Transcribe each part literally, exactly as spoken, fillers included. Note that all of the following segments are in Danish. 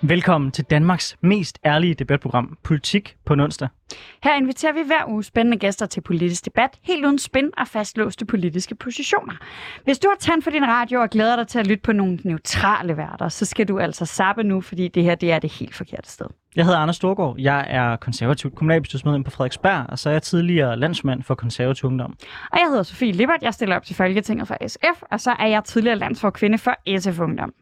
Velkommen til Danmarks mest ærlige debatprogram, Politik på en onsdag. Her inviterer vi hver uge spændende gæster til politisk debat, helt uden spin og fastlåste politiske positioner. Hvis du har tændt for din radio og glæder dig til at lytte på nogle neutrale værter, så skal du altså zappe nu, fordi det her det er det helt forkerte sted. Jeg hedder Anders Storgård, jeg er konservativt kommunalbestyrelsesmedlem på Frederiksberg, og så er jeg tidligere landsmand for konservativ ungdom. Og jeg hedder Sofie Lippert, jeg stiller op til Folketinget for S F, og så er jeg tidligere landsforkvinde for S F Ungdom.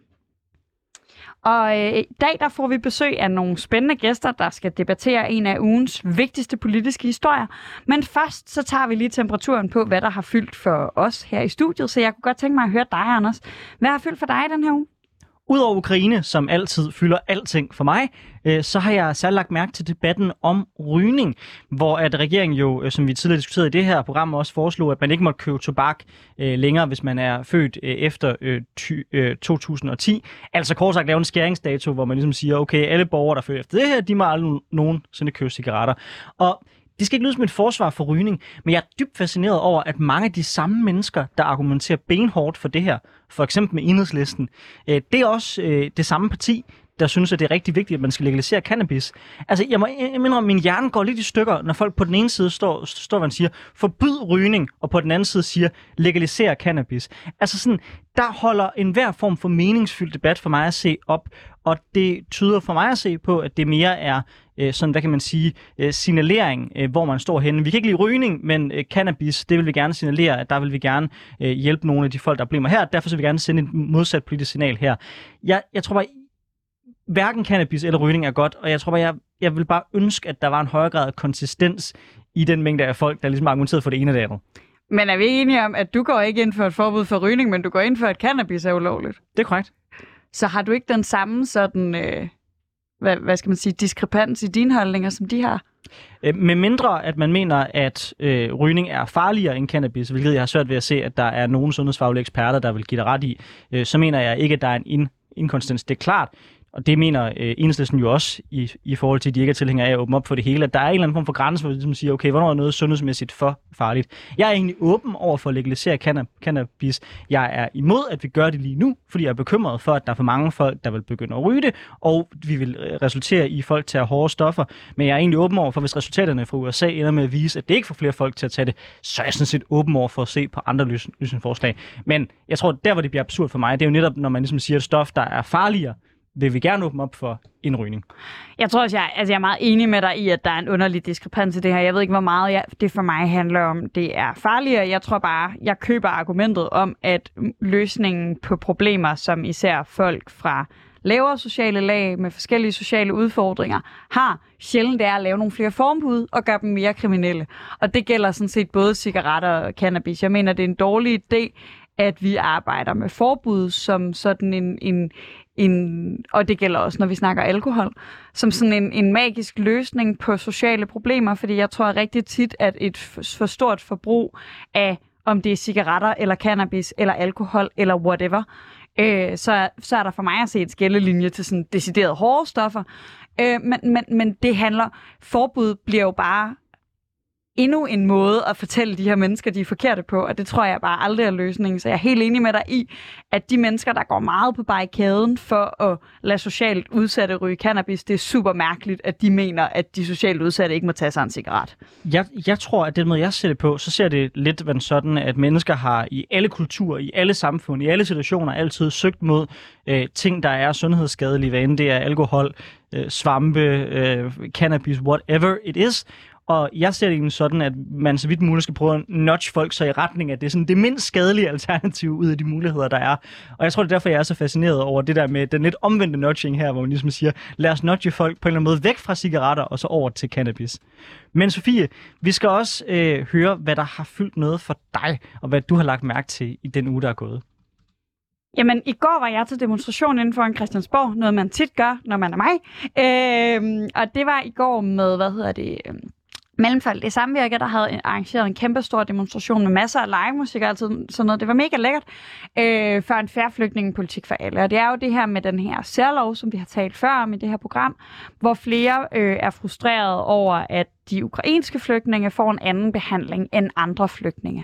Og øh, i dag der får vi besøg af nogle spændende gæster, der skal debattere en af ugens vigtigste politiske historier. Men først så tager vi lige temperaturen på, hvad der har fyldt for os her i studiet. Så jeg kunne godt tænke mig at høre dig, Anders. Hvad har fyldt for dig den her uge? Udover Ukraine, som altid fylder alting for mig, øh, så har jeg særligt lagt mærke til debatten om rygning, hvor at regeringen jo, øh, som vi tidligere diskuterede i det her program, også foreslog, at man ikke måtte købe tobak øh, længere, hvis man er født øh, efter øh, ty, øh, to tusind og ti. Altså kort sagt lave en skæringsdato, hvor man ligesom siger, okay, alle borgere, der er født efter det her, de må aldrig nogensinde købe cigaretter. Og det skal ikke lyde som et forsvar for rygning, men jeg er dybt fascineret over, at mange af de samme mennesker, der argumenterer benhårdt for det her, for eksempel med Enhedslisten, det er også det samme parti, der synes, at det er rigtig vigtigt, at man skal legalisere cannabis. Altså, jeg må indrømme, at min hjerne går lidt i stykker, når folk på den ene side står, står og siger, forbyd rygning, og på den anden side siger, legalisere cannabis. Altså sådan, der holder enhver form for meningsfyldt debat for mig at se op, og det tyder for mig at se på, at det mere er øh, sådan, hvad kan man sige, øh, signalering, øh, hvor man står henne. Vi kan ikke lide rygning, men øh, cannabis, det vil vi gerne signalere, at der vil vi gerne øh, hjælpe nogle af de folk, der er problemer her. Derfor vil vi gerne sende et modsat politisk signal her. Jeg, jeg tror bare, hverken cannabis eller rygning er godt, og jeg tror bare, jeg, jeg vil bare ønske, at der var en højere grad af konsistens i den mængde af folk, der ligesom argumenterede for det ene og det andet. Men er vi ikke enige om, at du går ikke ind for et forbud for rygning, men du går ind for, at cannabis er ulovligt? Det er korrekt. Så har du ikke den samme sådan, øh, hvad, hvad skal man sige, diskrepans i dine holdninger, som de har? Med mindre, at man mener, at øh, rygning er farligere end cannabis, hvilket jeg har svært ved at se, at der er nogle sundhedsfaglige eksperter, der vil give dig ret i, øh, så mener jeg ikke, at der er en in- inkonsistens. Det er klart, og det mener øh, Enhedslisten jo også i, i forhold til, at de ikke er tilhængere af at åbne op for det hele, at der er en eller anden form for grænse, hvor de ligesom siger, okay, hvornår er noget sundhedsmæssigt for farligt? Jeg er egentlig åben over for at legalisere canna- cannabis. Jeg er imod, at vi gør det lige nu, fordi jeg er bekymret for, at der er for mange folk, der vil begynde at ryge det, og vi vil resultere i folk til at hårde stoffer. Men jeg er egentlig åben over for, hvis resultaterne fra U S A ender med at vise, at det ikke får flere folk til at tage det, så er jeg sådan set åben over for at se på andre løs- løsningsforslag. Men jeg tror, der hvor det bliver absurd for mig, det er jo netop, når man ligesom siger, at stof, der er farligere, vil vi gerne åbne op for indrygning. Jeg tror også, jeg, altså jeg er meget enig med dig i, at der er en underlig diskrepans i det her. Jeg ved ikke, hvor meget jeg, det for mig handler om. Det er farligere. Jeg tror bare, jeg køber argumentet om, at løsningen på problemer, som især folk fra lavere sociale lag med forskellige sociale udfordringer har, sjældent er at lave nogle flere forbud og gøre dem mere kriminelle. Og det gælder sådan set både cigaretter og cannabis. Jeg mener, det er en dårlig idé, at vi arbejder med forbud som sådan en, en, en, og det gælder også, når vi snakker alkohol, som sådan en, en magisk løsning på sociale problemer, fordi jeg tror rigtig tit, at et for stort forbrug af, om det er cigaretter eller cannabis eller alkohol eller whatever, øh, så, så er der for mig at se et skillelinje til sådan decideret hårde stoffer. Øh, men, men, men det handler, forbud bliver jo bare endnu en måde at fortælle de her mennesker, de er forkerte på, og det tror jeg bare aldrig er løsningen. Så jeg er helt enig med dig i, at de mennesker, der går meget på barrikaden for at lade socialt udsatte ryge cannabis, det er super mærkeligt, at de mener, at de socialt udsatte ikke må tage sig en cigaret. Jeg, jeg tror, at den måde, jeg ser det på, så ser det lidt sådan, at mennesker har i alle kulturer, i alle samfund, i alle situationer altid søgt mod øh, ting, der er sundhedsskadelige, hvad end det er alkohol, øh, svampe, øh, cannabis, whatever it is. Og jeg ser det egentlig sådan, at man så vidt muligt skal prøve at nudge folk så i retning af det, sådan det mindst skadelige alternativ ud af de muligheder, der er. Og jeg tror, det er derfor, jeg er så fascineret over det der med den lidt omvendte nudging her, hvor man ligesom siger, lad os nudge folk på en eller anden måde væk fra cigaretter og så over til cannabis. Men Sofie, vi skal også øh, høre, hvad der har fyldt noget for dig, og hvad du har lagt mærke til i den uge, der er gået. Jamen, i går var jeg til demonstration inden for en Christiansborg, noget man tit gør, når man er mig. Øh, og det var i går med, hvad hedder det... Øh, Mellemfolk, det samvirke, der havde arrangeret en kæmpe stor demonstration med masser af livemusik og altid sådan noget. Det var mega lækkert øh, for en fair flygtningepolitik for alle. Og det er jo det her med den her særlov, som vi har talt før om i det her program, hvor flere øh, er frustreret over, at de ukrainske flygtninge får en anden behandling end andre flygtninge.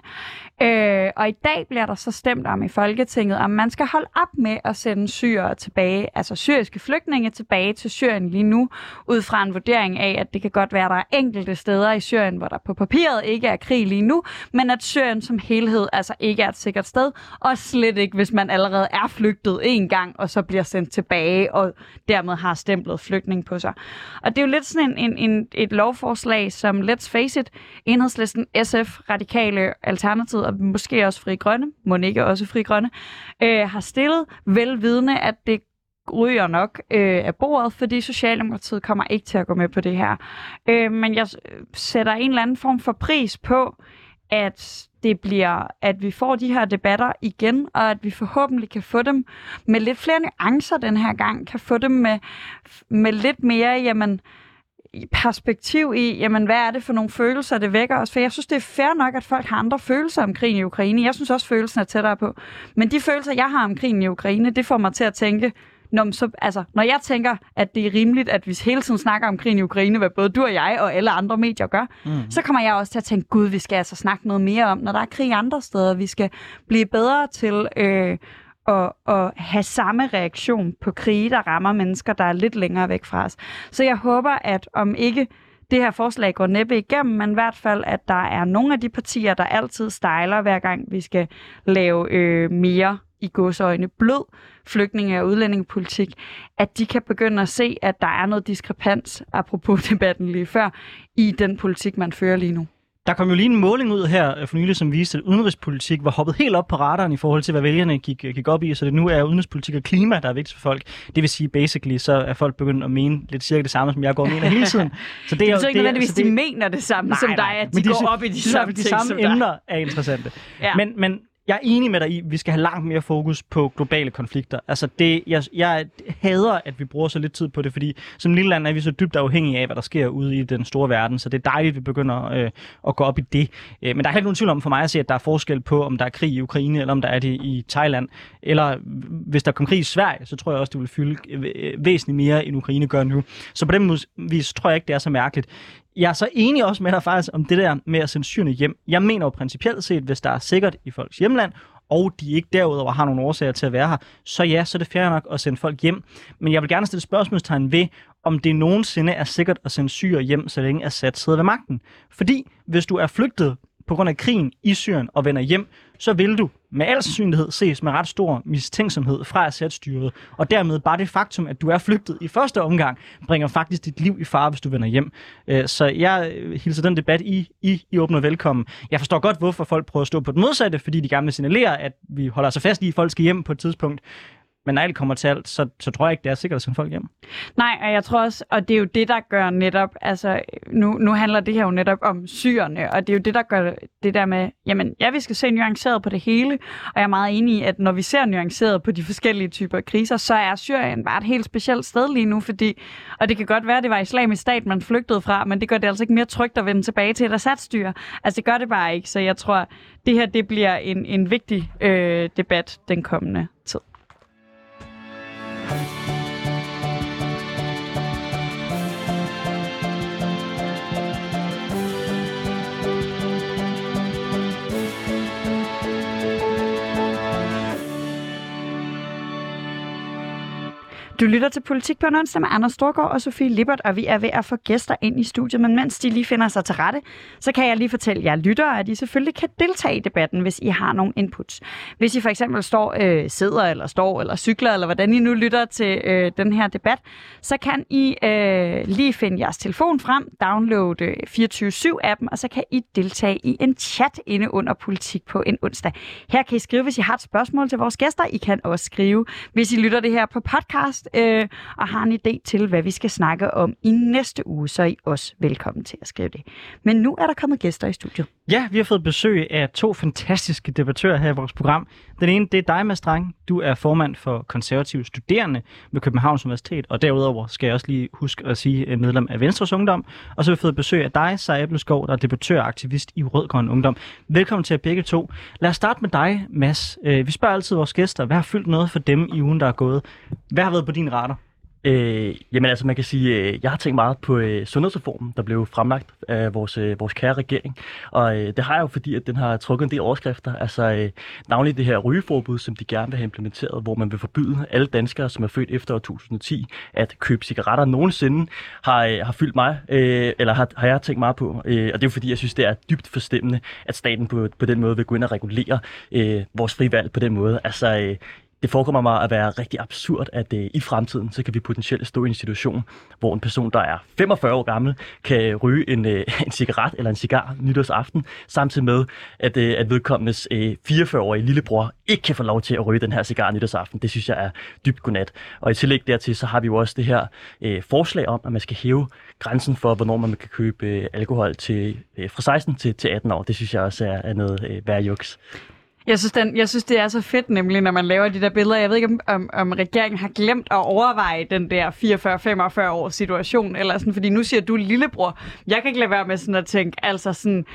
Øh, og i dag bliver der så stemt om i Folketinget, om man skal holde op med at sende syrere tilbage, altså syriske flygtninge tilbage til Syrien lige nu, ud fra en vurdering af, at det kan godt være, at der er enkelte steder i Syrien, hvor der på papiret ikke er krig lige nu, men at Syrien som helhed altså ikke er et sikkert sted, og slet ikke, hvis man allerede er flygtet en gang, og så bliver sendt tilbage, og dermed har stemplet flygtning på sig. Og det er jo lidt sådan en, en, en, et lovforslag, som, let's face it, Enhedslisten, S F, Radikale, Alternativet og måske også Fri Grønne, må ikke også Fri Grønne, øh, har stillet velvidende, at det ryger nok øh, af bordet, fordi Socialdemokratiet kommer ikke til at gå med på det her. Øh, men jeg sætter en eller anden form for pris på, at det bliver, at vi får de her debatter igen, og at vi forhåbentlig kan få dem med lidt flere nuancer den her gang, kan få dem med, med lidt mere, jamen, perspektiv i, jamen, hvad er det for nogle følelser, det vækker os? For jeg synes, det er fair nok, at folk har andre følelser om krigen i Ukraine. Jeg synes også, følelsen er tættere på. Men de følelser, jeg har om krigen i Ukraine, det får mig til at tænke, når, så, altså, når jeg tænker, at det er rimeligt, at vi hele tiden snakker om krigen i Ukraine, hvad både du og jeg og alle andre medier gør, mm. så kommer jeg også til at tænke, gud, vi skal altså snakke noget mere om, når der er krig andre steder. Vi skal blive bedre til øh, at, at have samme reaktion på krige, der rammer mennesker, der er lidt længere væk fra os. Så jeg håber, at om ikke det her forslag går næppe igennem, men i hvert fald, at der er nogle af de partier, der altid stejler, hver gang vi skal lave øh, mere i gåseøjne blød flygtninge- og udlændingepolitik, at de kan begynde at se, at der er noget diskrepans, apropos debatten lige før, i den politik, man fører lige nu. Der kom jo lige en måling ud her for nylig, som viste, at udenrigspolitik var hoppet helt op på radaren i forhold til, hvad vælgerne gik, gik op i, så det nu er udenrigspolitik og klima, der er vigtigt for folk. Det vil sige, basically, så er folk begyndt at mene lidt cirka det samme, som jeg går og mener hele tiden. Så det er jo ikke nødvendigvis, de mener det samme nej, som dig, at de, de går de, op i de, de samme ting, de samme emner er interessante. Ja. Men, men jeg er enig med dig i, at vi skal have langt mere fokus på globale konflikter. Altså det, jeg, jeg hader, at vi bruger så lidt tid på det, fordi som lille land er vi så dybt afhængige af, hvad der sker ude i den store verden, så det er dejligt, at vi begynder øh, at gå op i det. Øh, men der er ikke nogen tvivl om for mig at se, at der er forskel på, om der er krig i Ukraine, eller om der er det i Thailand. Eller hvis der kom krig i Sverige, så tror jeg også, det vil fylde væsentligt mere, end Ukraine gør nu. Så på den vis tror jeg ikke, det er så mærkeligt. Jeg er så enig også med dig faktisk om det der med at sende syrerne hjem. Jeg mener jo principielt set, hvis der er sikkert i folks hjemland, og de ikke derudover har nogle årsager til at være her, så ja, så er det fair nok at sende folk hjem. Men jeg vil gerne stille spørgsmålstegn ved, om det nogensinde er sikkert at sende syrere hjem, så længe Assad sidder ved magten. Fordi hvis du er flygtet på grund af krigen i Syrien og vender hjem, så vil du med al sandsynlighed ses med ret stor mistænksomhed fra Assad-styret. Og dermed bare det faktum, at du er flygtet i første omgang, bringer faktisk dit liv i fare, hvis du vender hjem. Så jeg hilser den debat i, i, i åbner velkommen. Jeg forstår godt, hvorfor folk prøver at stå på den modsatte, fordi de gerne vil signalere, at vi holder sig fast i, at folk skal hjem på et tidspunkt. Men når alt kommer til alt, så, så tror jeg ikke, det er sikkert at sende folk hjem. Nej, og jeg tror også, og det er jo det, der gør netop, altså nu, nu handler det her jo netop om syrerne, og det er jo det, der gør det der med, jamen ja, vi skal se nuanceret på det hele, og jeg er meget enig i, at når vi ser nuanceret på de forskellige typer kriser, så er Syrien bare et helt specielt sted lige nu, fordi, og det kan godt være, at det var Islamisk Stat, man flygtede fra, men det gør det altså ikke mere trygt at vende tilbage til et Assad-styre. Altså det gør det bare ikke, så jeg tror, det her, det bliver en, en vigtig øh, debat den kommende tid. Du lytter til Politik på en onsdag med Anders Storgård og Sofie Lippert, og vi er ved at få gæster ind i studiet, men mens de lige finder sig til rette, så kan jeg lige fortælle jer lyttere, at I selvfølgelig kan deltage i debatten, hvis I har nogle inputs. Hvis I for eksempel står, øh, sidder eller står eller cykler, eller hvordan I nu lytter til øh, den her debat, så kan I øh, lige finde jeres telefon frem, downloade fireogtyve syv appen, og så kan I deltage i en chat inde under Politik på en onsdag. Her kan I skrive, hvis I har et spørgsmål til vores gæster. I kan også skrive, hvis I lytter det her på podcast, Øh, og har en idé til, hvad vi skal snakke om i næste uge, så er I også velkommen til at skrive det. Men nu er der kommet gæster i studiet. Ja, vi har fået besøg af to fantastiske debattører her i vores program. Den ene, det er dig, Mads Strang. Du er formand for konservative studerende ved Københavns Universitet, og derudover skal jeg også lige huske at sige medlem af Venstres Ungdom. Og så har vi fået besøg af dig, Sara Ebleskov, der er debattør og aktivist i Rød-Grøn Ungdom. Velkommen til jer begge to. Lad os starte med dig, Mads. Vi spørger altid vores gæster, hvad har fyldt noget for dem i ugen, der er gået? Hvad har været på din radar? Øh, jamen altså, man kan sige, øh, jeg har tænkt meget på øh, sundhedsreformen, der blev fremlagt af vores, øh, vores kære regering. Og øh, det har jeg jo, fordi at den har trukket en del overskrifter. Altså øh, navnlig det her rygeforbud, som de gerne vil have implementeret, hvor man vil forbyde alle danskere, som er født efter år to tusind og ti, at købe cigaretter nogensinde, har, øh, har fyldt mig, øh, eller har, har jeg tænkt meget på. Øh, og det er jo fordi, jeg synes, det er dybt forstemmende, at staten på, på den måde vil gå ind og regulere øh, vores frivalg på den måde. Altså... Øh, Det forekommer mig at være rigtig absurd, at øh, i fremtiden, så kan vi potentielt stå i en situation, hvor en person, der er femogfyrre år gammel, kan ryge en, øh, en cigaret eller en cigar nytårsaften, samtidig med, at, øh, at vedkommendes øh, fireogfyrre-årige lillebror ikke kan få lov til at ryge den her cigar nytårsaften. Det synes jeg er dybt godnat. Og i tillæg dertil, så har vi jo også det her øh, forslag om, at man skal hæve grænsen for, hvornår man kan købe øh, alkohol til, øh, fra seksten til, til atten år. Det synes jeg også er, er noget øh, værd juks. Jeg synes, den, jeg synes, det er så fedt nemlig, når man laver de der billeder. Jeg ved ikke, om, om, om regeringen har glemt at overveje den der fireogfyrre til femogfyrre års situation, eller sådan, fordi nu siger du lillebror. Jeg kan ikke lade være med sådan at tænke, altså sådan,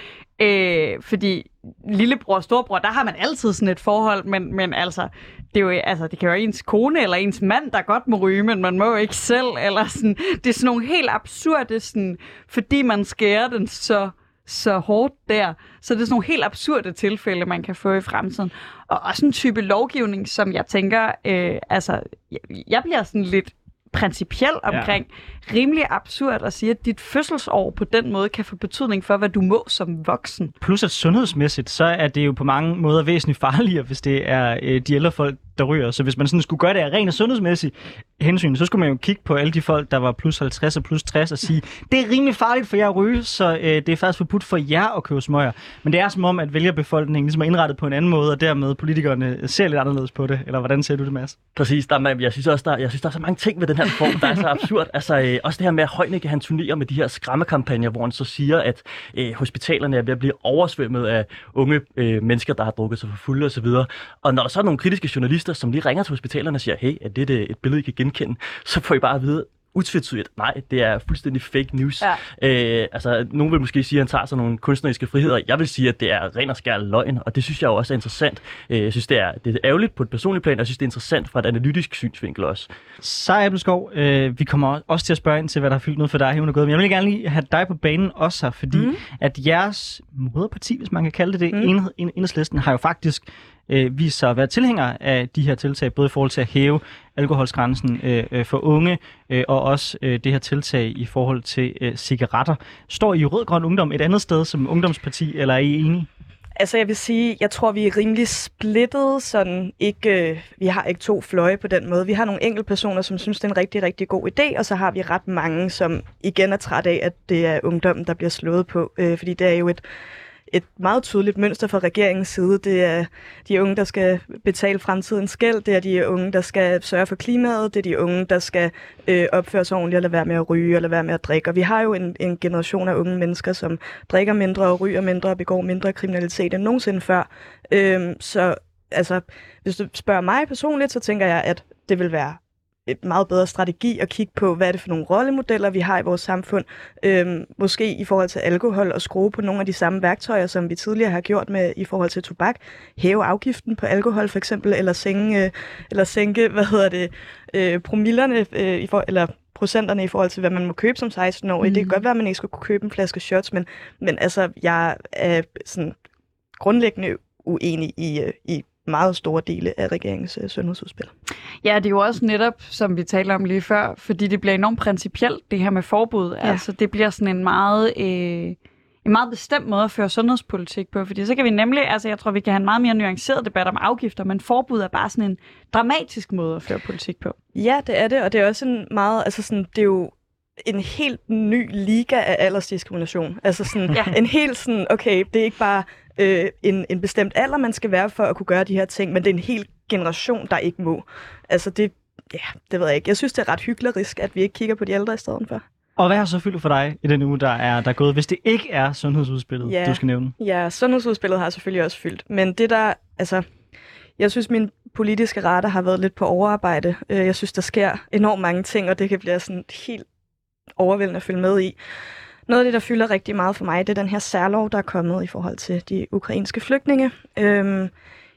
øh, fordi lillebror og storebror, der har man altid sådan et forhold, men, men altså, det, er jo, altså, det kan jo være ens kone eller ens mand, der godt må ryge, men man må jo ikke selv, eller sådan. Det er sådan nogle helt absurde, sådan, fordi man skærer den så så hårdt der. Så det er sådan nogle helt absurde tilfælde, man kan få i fremtiden. Og også en type lovgivning, som jeg tænker, øh, altså, jeg, jeg bliver sådan lidt principiel omkring, ja. Rimelig absurd at sige, at dit fødselsår på den måde kan få betydning for, hvad du må som voksen. Plus at sundhedsmæssigt, så er det jo på mange måder væsentligt farligere, hvis det er øh, de ældre folk, der ryger. Så hvis man sådan skulle gøre det af rent sundhedsmæssigt hensyn, så skulle man jo kigge på alle de folk, der var plus halvtreds og plus tres og sige, det er rimelig farligt for jer at ryge, så øh, det er faktisk forbudt for jer at købe smøger. Men det er som om, at vælgerbefolkningen ligesom er indrettet på en anden måde, og dermed politikerne ser lidt anderledes på det. Eller hvordan ser du det, Mads? Præcis. Der er, jeg synes også, der, jeg synes, der er så mange ting ved den her form, der er så absurd. Altså øh, også det her med, at Højnække, han turnerer med de her skræmmekampagner, hvor han så siger, at øh, hospitalerne er ved at blive oversvømmet af unge øh, mennesker, der har drukket sig for fulde osv. Og når der så er nogle kritiske journalister, som lige ringer til hospitalerne og siger, hey, er det et billede, I kan genkende, så får I bare at vide, utvetydigt, nej, det er fuldstændig fake news. Ja. Øh, altså, nogen vil måske sige, at han tager sig nogle kunstneriske friheder. Jeg vil sige, at det er ren og skær løgn, og det synes jeg jo også er interessant. Øh, jeg synes, det er, det er ærgerligt på et personligt plan, og jeg synes, det er interessant fra et analytisk synsvinkel også. Så Abelskov, øh, vi kommer også til at spørge ind til, hvad der har fyldt noget for dig, hun er gået. Men jeg vil gerne lige have dig på banen også her, fordi mm. at jeres moderparti, hvis man kan kalde det det, mm. enhed, Enhedslisten, har jo faktisk øh, vist sig at være tilhængere af de her tiltag, både i forhold til at hæve alkoholsgrænsen øh, for unge, øh, og også øh, det her tiltag i forhold til øh, cigaretter. Står I Rød-Grøn Ungdom et andet sted som ungdomsparti, eller er I enige? Altså jeg vil sige, jeg tror, vi er rimelig splittet, sådan ikke, øh, vi har ikke to fløje på den måde. Vi har nogle enkelte personer, som synes, det er en rigtig, rigtig god idé, og så har vi ret mange, som igen er træt af, at det er ungdommen, der bliver slået på, øh, fordi det er jo et Et meget tydeligt mønster fra regeringens side. Det er de unge, der skal betale fremtidens gæld. Det er de unge, der skal sørge for klimaet. Det er de unge, der skal øh, opføre sig ordentligt og lade være med at ryge og lade være med at drikke. Og vi har jo en, en generation af unge mennesker, som drikker mindre og ryger mindre og begår mindre kriminalitet end nogensinde før. Øhm, så altså, hvis du spørger mig personligt, så tænker jeg, at det vil være et meget bedre strategi at kigge på, hvad er det for nogle rollemodeller, vi har i vores samfund. Øhm, måske i forhold til alkohol og skrue på nogle af de samme værktøjer, som vi tidligere har gjort med i forhold til tobak. Hæve afgiften på alkohol for eksempel, eller sænke, øh, eller sænke hvad hedder det, øh, promillerne, øh, i for, eller procenterne i forhold til, hvad man må købe som seksten-årig. Mm. Det kan godt være, at man ikke skal kunne købe en flaske shots, men, men altså, jeg er sådan grundlæggende uenig i, i meget store dele af regeringens øh, sundhedsudspil. Ja, det er jo også netop, som vi talte om lige før, fordi det bliver enormt principielt, det her med forbud. Ja. Altså, det bliver sådan en meget, øh, en meget bestemt måde at føre sundhedspolitik på, fordi så kan vi nemlig, altså jeg tror, vi kan have en meget mere nuanceret debat om afgifter, men forbud er bare sådan en dramatisk måde at føre politik på. Ja, det er det, og det er også en meget, altså sådan, det er jo en helt ny liga af aldersdiskrimination. Altså sådan, ja. en helt sådan, okay, det er ikke bare øh, en, en bestemt alder, man skal være for at kunne gøre de her ting, men det er en hel generation, der ikke må. Altså det, ja, det ved jeg ikke. Jeg synes, det er ret hyklerisk, at vi ikke kigger på de ældre i stedet for. Og hvad har så fyldt for dig i den uge, der er, der er gået, hvis det ikke er sundhedsudspillet, ja. du skal nævne? Ja, sundhedsudspillet har selvfølgelig også fyldt. Men det der, altså, jeg synes, min politiske radar har været lidt på overarbejde. Jeg synes, der sker enormt mange ting, og det kan blive sådan helt overvældende at følge med i. Noget af det, der fylder rigtig meget for mig, det er den her særlov, der er kommet i forhold til de ukrainske flygtninge. Øhm,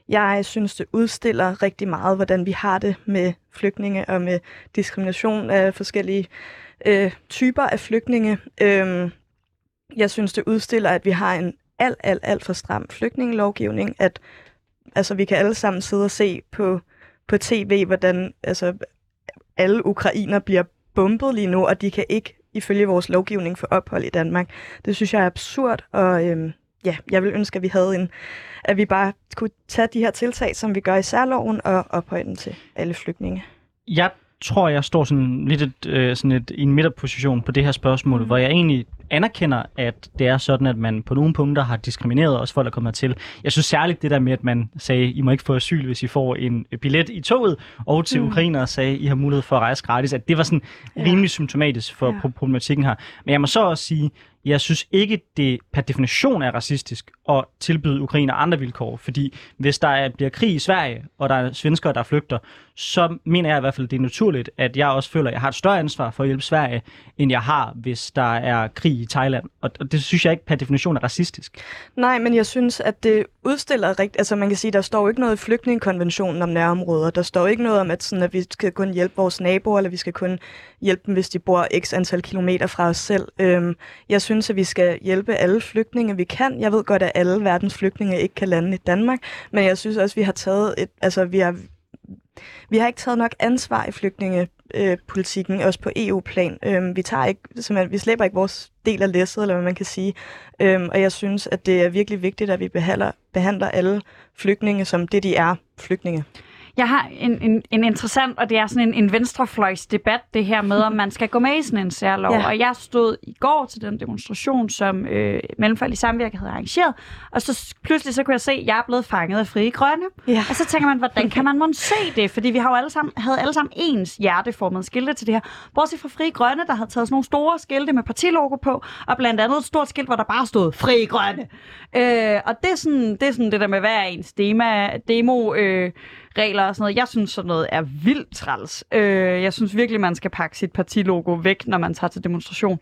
Jeg synes, det udstiller rigtig meget, hvordan vi har det med flygtninge og med diskrimination af forskellige øh, typer af flygtninge. Øhm, jeg synes, det udstiller, at vi har en alt, alt, alt for stram flygtningelovgivning, at altså, vi kan alle sammen sidde og se på, på tv, hvordan altså, alle ukrainer bliver bombet lige nu, og de kan ikke ifølge vores lovgivning få ophold i Danmark. Det synes jeg er absurd, og øhm, ja, jeg vil ønske, at vi havde en, at vi bare kunne tage de her tiltag, som vi gør i særloven, og ophøje den til alle flygtninge. Jeg tror, jeg står sådan lidt et, øh, sådan et, i en midterposition på det her spørgsmål, mm. hvor jeg egentlig anerkender, at det er sådan, at man på nogle punkter har diskrimineret os folk, der kommer til. Jeg synes særligt det der med, at man sagde, I må ikke få asyl, hvis I får en billet i toget, og til mm. ukrainere sagde, I har mulighed for at rejse gratis, at det var sådan ja. rimelig symptomatisk for ja. problematikken her. Men jeg må så også sige, jeg synes ikke, det per definition er racistisk at tilbyde ukrainer andre vilkår, fordi hvis der er, bliver krig i Sverige, og der er svenskere, der flygter, så mener jeg i hvert fald, det er naturligt, at jeg også føler, at jeg har et større ansvar for at hjælpe Sverige, end jeg har, hvis der er krig i Thailand. Og det synes jeg ikke per definition er racistisk. Nej, men jeg synes, at det udstiller rigtigt. Altså man kan sige, der står jo ikke noget i flygtningekonventionen om nærområder. Der står ikke noget om, at, sådan, at vi skal kun hjælpe vores naboer, eller vi skal kun hjælpe dem, hvis de bor x antal kilometer fra os selv. Øhm, jeg synes, at vi skal hjælpe alle flygtninge, vi kan. Jeg ved godt, at alle verdens flygtninge ikke kan lande i Danmark, men jeg synes også, at vi har taget et, altså vi har Vi har ikke taget nok ansvar i flygtningepolitikken, også på E U-plan. Øhm, vi tager ikke, simpelthen, vi slæber ikke vores del af læsset, eller hvad man kan sige. Øhm, og jeg synes, at det er virkelig vigtigt, at vi behandler, behandler alle flygtninge som det, de er, flygtninge. Jeg har en, en, en interessant, og det er sådan en, en venstrefløjsdebat, det her med, om man skal gå med i sådan en særlov. Ja. Og jeg stod i går til den demonstration, som øh, Mellemfolkeligt Samvirke havde arrangeret, og så pludselig så kunne jeg se, at jeg er blevet fanget af Frie Grønne. Ja. Og så tænker man, hvordan kan man måske se det? Fordi vi har jo alle sammen, havde alle sammen ens hjerteformede skilte til det her. Bortset fra Frie Grønne, der havde taget sådan nogle store skilte med partilogo på, og blandt andet et stort skilt, hvor der bare stod Frie Grønne. Øh, og det er, sådan, det er sådan det der med hver ens demo, demo øh, regler og sådan noget. Jeg synes, sådan noget er vildt træls. Øh, jeg synes virkelig, man skal pakke sit partilogo væk, når man tager til demonstration.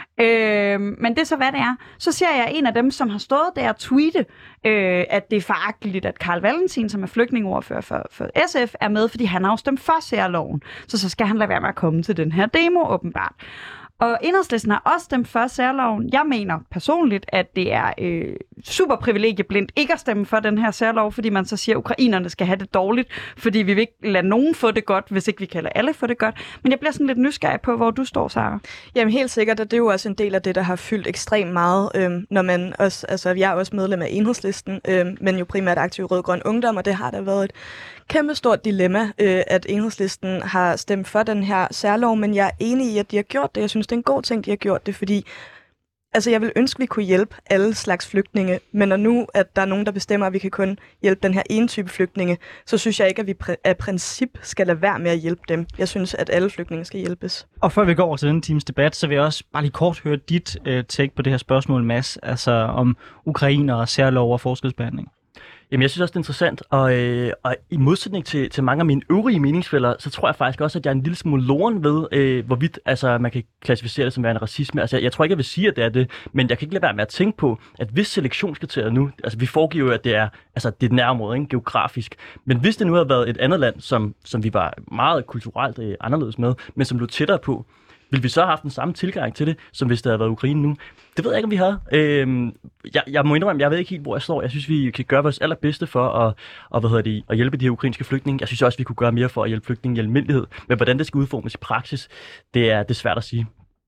Øh, men det er så, hvad det er. Så ser jeg en af dem, som har stået der og tweete, øh, at det er foragteligt, at Carl Valentin, som er flygtningeordfører for, for S F, er med, fordi han har jo stemt for særloven. Så så skal han lade være med at komme til den her demo, åbenbart. Og Enhedslisten har også stemt for særloven. Jeg mener personligt, at det er øh, super privilegieblindt ikke at stemme for den her særlov, fordi man så siger, at ukrainerne skal have det dårligt, fordi vi vil ikke lade nogen få det godt, hvis ikke vi kan lade alle få det godt. Men jeg bliver sådan lidt nysgerrig på, hvor du står, Sara. Jamen helt sikkert, og det er jo også en del af det, der har fyldt ekstremt meget, øhm, når man også, altså jeg er også medlem af Enhedslisten, øhm, men jo primært aktiv i Rød-Grøn Ungdom, og det har der været et kæmpe stort dilemma, øh, at Enhedslisten har stemt for den her særlov, men jeg er enig i, at de har gjort det. Jeg synes, det er en god ting, de har gjort det, fordi altså, jeg vil ønske, at vi kunne hjælpe alle slags flygtninge, men når nu, at der er nogen, der bestemmer, at vi kan kun hjælpe den her ene type flygtninge, så synes jeg ikke, at vi pr- af princip skal lade være med at hjælpe dem. Jeg synes, at alle flygtninge skal hjælpes. Og før vi går over til denne times debat, så vil jeg også bare lige kort høre dit øh, take på det her spørgsmål, Mads, altså om ukrainer og særlov og forskelsbehandling. Jamen, jeg synes også, det er interessant, og, øh, og i modsætning til, til mange af mine øvrige meningsfælder, så tror jeg faktisk også, at jeg er en lille smule loren ved, øh, hvorvidt altså, man kan klassificere det som værende racisme. Altså, jeg, jeg tror ikke, jeg vil sige, at det er det, men jeg kan ikke lade være med at tænke på, at hvis selektionskriteriet nu, altså vi foregiver, at det er, altså, det er et nærområde, ikke, geografisk, men hvis det nu havde været et andet land, som, som vi var meget kulturelt øh, anderledes med, men som lå tættere på, ville vi så have haft den samme tilgang til det, som hvis det havde været Ukraine nu? Det ved jeg ikke, om vi havde. Øhm, jeg, jeg må indrømme, jeg ved ikke helt, hvor jeg står. Jeg synes, vi kan gøre vores allerbedste for at, og, hvad hedder det, at hjælpe de her ukrainske flygtninge. Jeg synes også, vi kunne gøre mere for at hjælpe flygtninge i almindelighed. Men hvordan det skal udformes i praksis, det er, det er svært at sige.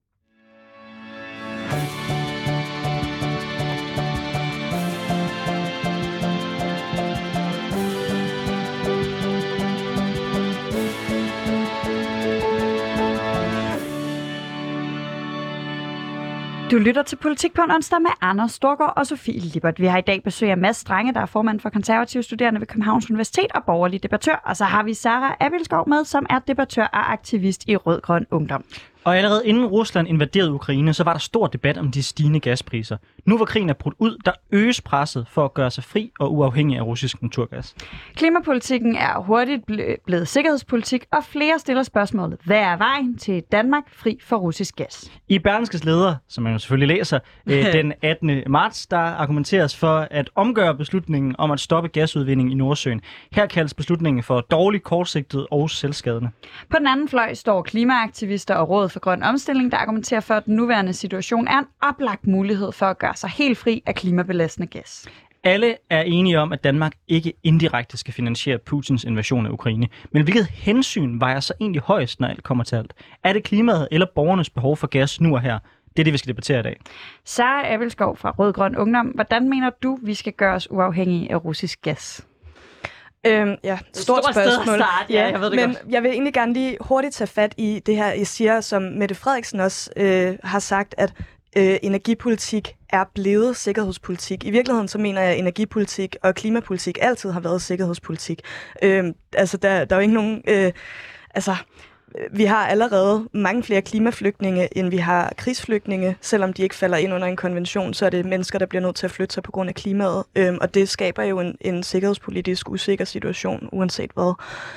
Du lytter til Politik på en onsdag med Anders Storgård og Sofie Lippert. Vi har i dag besøg af Mads Strange, der er formand for konservative studerende ved Københavns Universitet og borgerlig debattør. Og så har vi Sara Abildskov med, som er debattør og aktivist i Rød-Grøn Ungdom. Og allerede inden Rusland invaderede Ukraine, så var der stor debat om de stigende gaspriser. Nu hvor krigen er brudt ud, der øges presset for at gøre sig fri og uafhængig af russisk naturgas. Klimapolitikken er hurtigt blevet sikkerhedspolitik, og flere stiller spørgsmålet, hvad er vejen til Danmark fri for russisk gas? I Berlingskes Leder, som man jo selvfølgelig læser, øh, den attende marts, der argumenteres for at omgøre beslutningen om at stoppe gasudvinding i Nordsøen. Her kaldes beslutningen for dårligt, kortsigtet og selvskadende. På den anden fløj står klimaaktivister og Rådet for Grøn Omstilling, der argumenterer for, at den nuværende situation er en oplagt mulighed for at gøre sig helt fri af klimabelastende gas. Alle er enige om, at Danmark ikke indirekte skal finansiere Putins invasion af Ukraine. Men hvilket hensyn vejer så egentlig højst, når alt kommer til alt? Er det klimaet eller borgernes behov for gas nu og her? Det er det, vi skal debattere i dag. Sara Abelskov fra Rød Grøn Ungdom. Hvordan mener du, vi skal gøre os uafhængige af russisk gas? Øhm, ja, stort Stort spørgsmål. sted at starte, ja, jeg ved det men godt. jeg vil egentlig gerne lige hurtigt tage fat i det her, I siger, som Mette Frederiksen også øh, har sagt, at øh, energipolitik er blevet sikkerhedspolitik. I virkeligheden så mener jeg, at energipolitik og klimapolitik altid har været sikkerhedspolitik. Øh, altså, der, der er jo ikke nogen... Øh, altså... Vi har allerede mange flere klimaflygtninge, end vi har krigsflygtninge. Selvom de ikke falder ind under en konvention, så er det mennesker, der bliver nødt til at flytte sig på grund af klimaet. Øhm, og det skaber jo en, en sikkerhedspolitisk usikker situation, uanset hvad.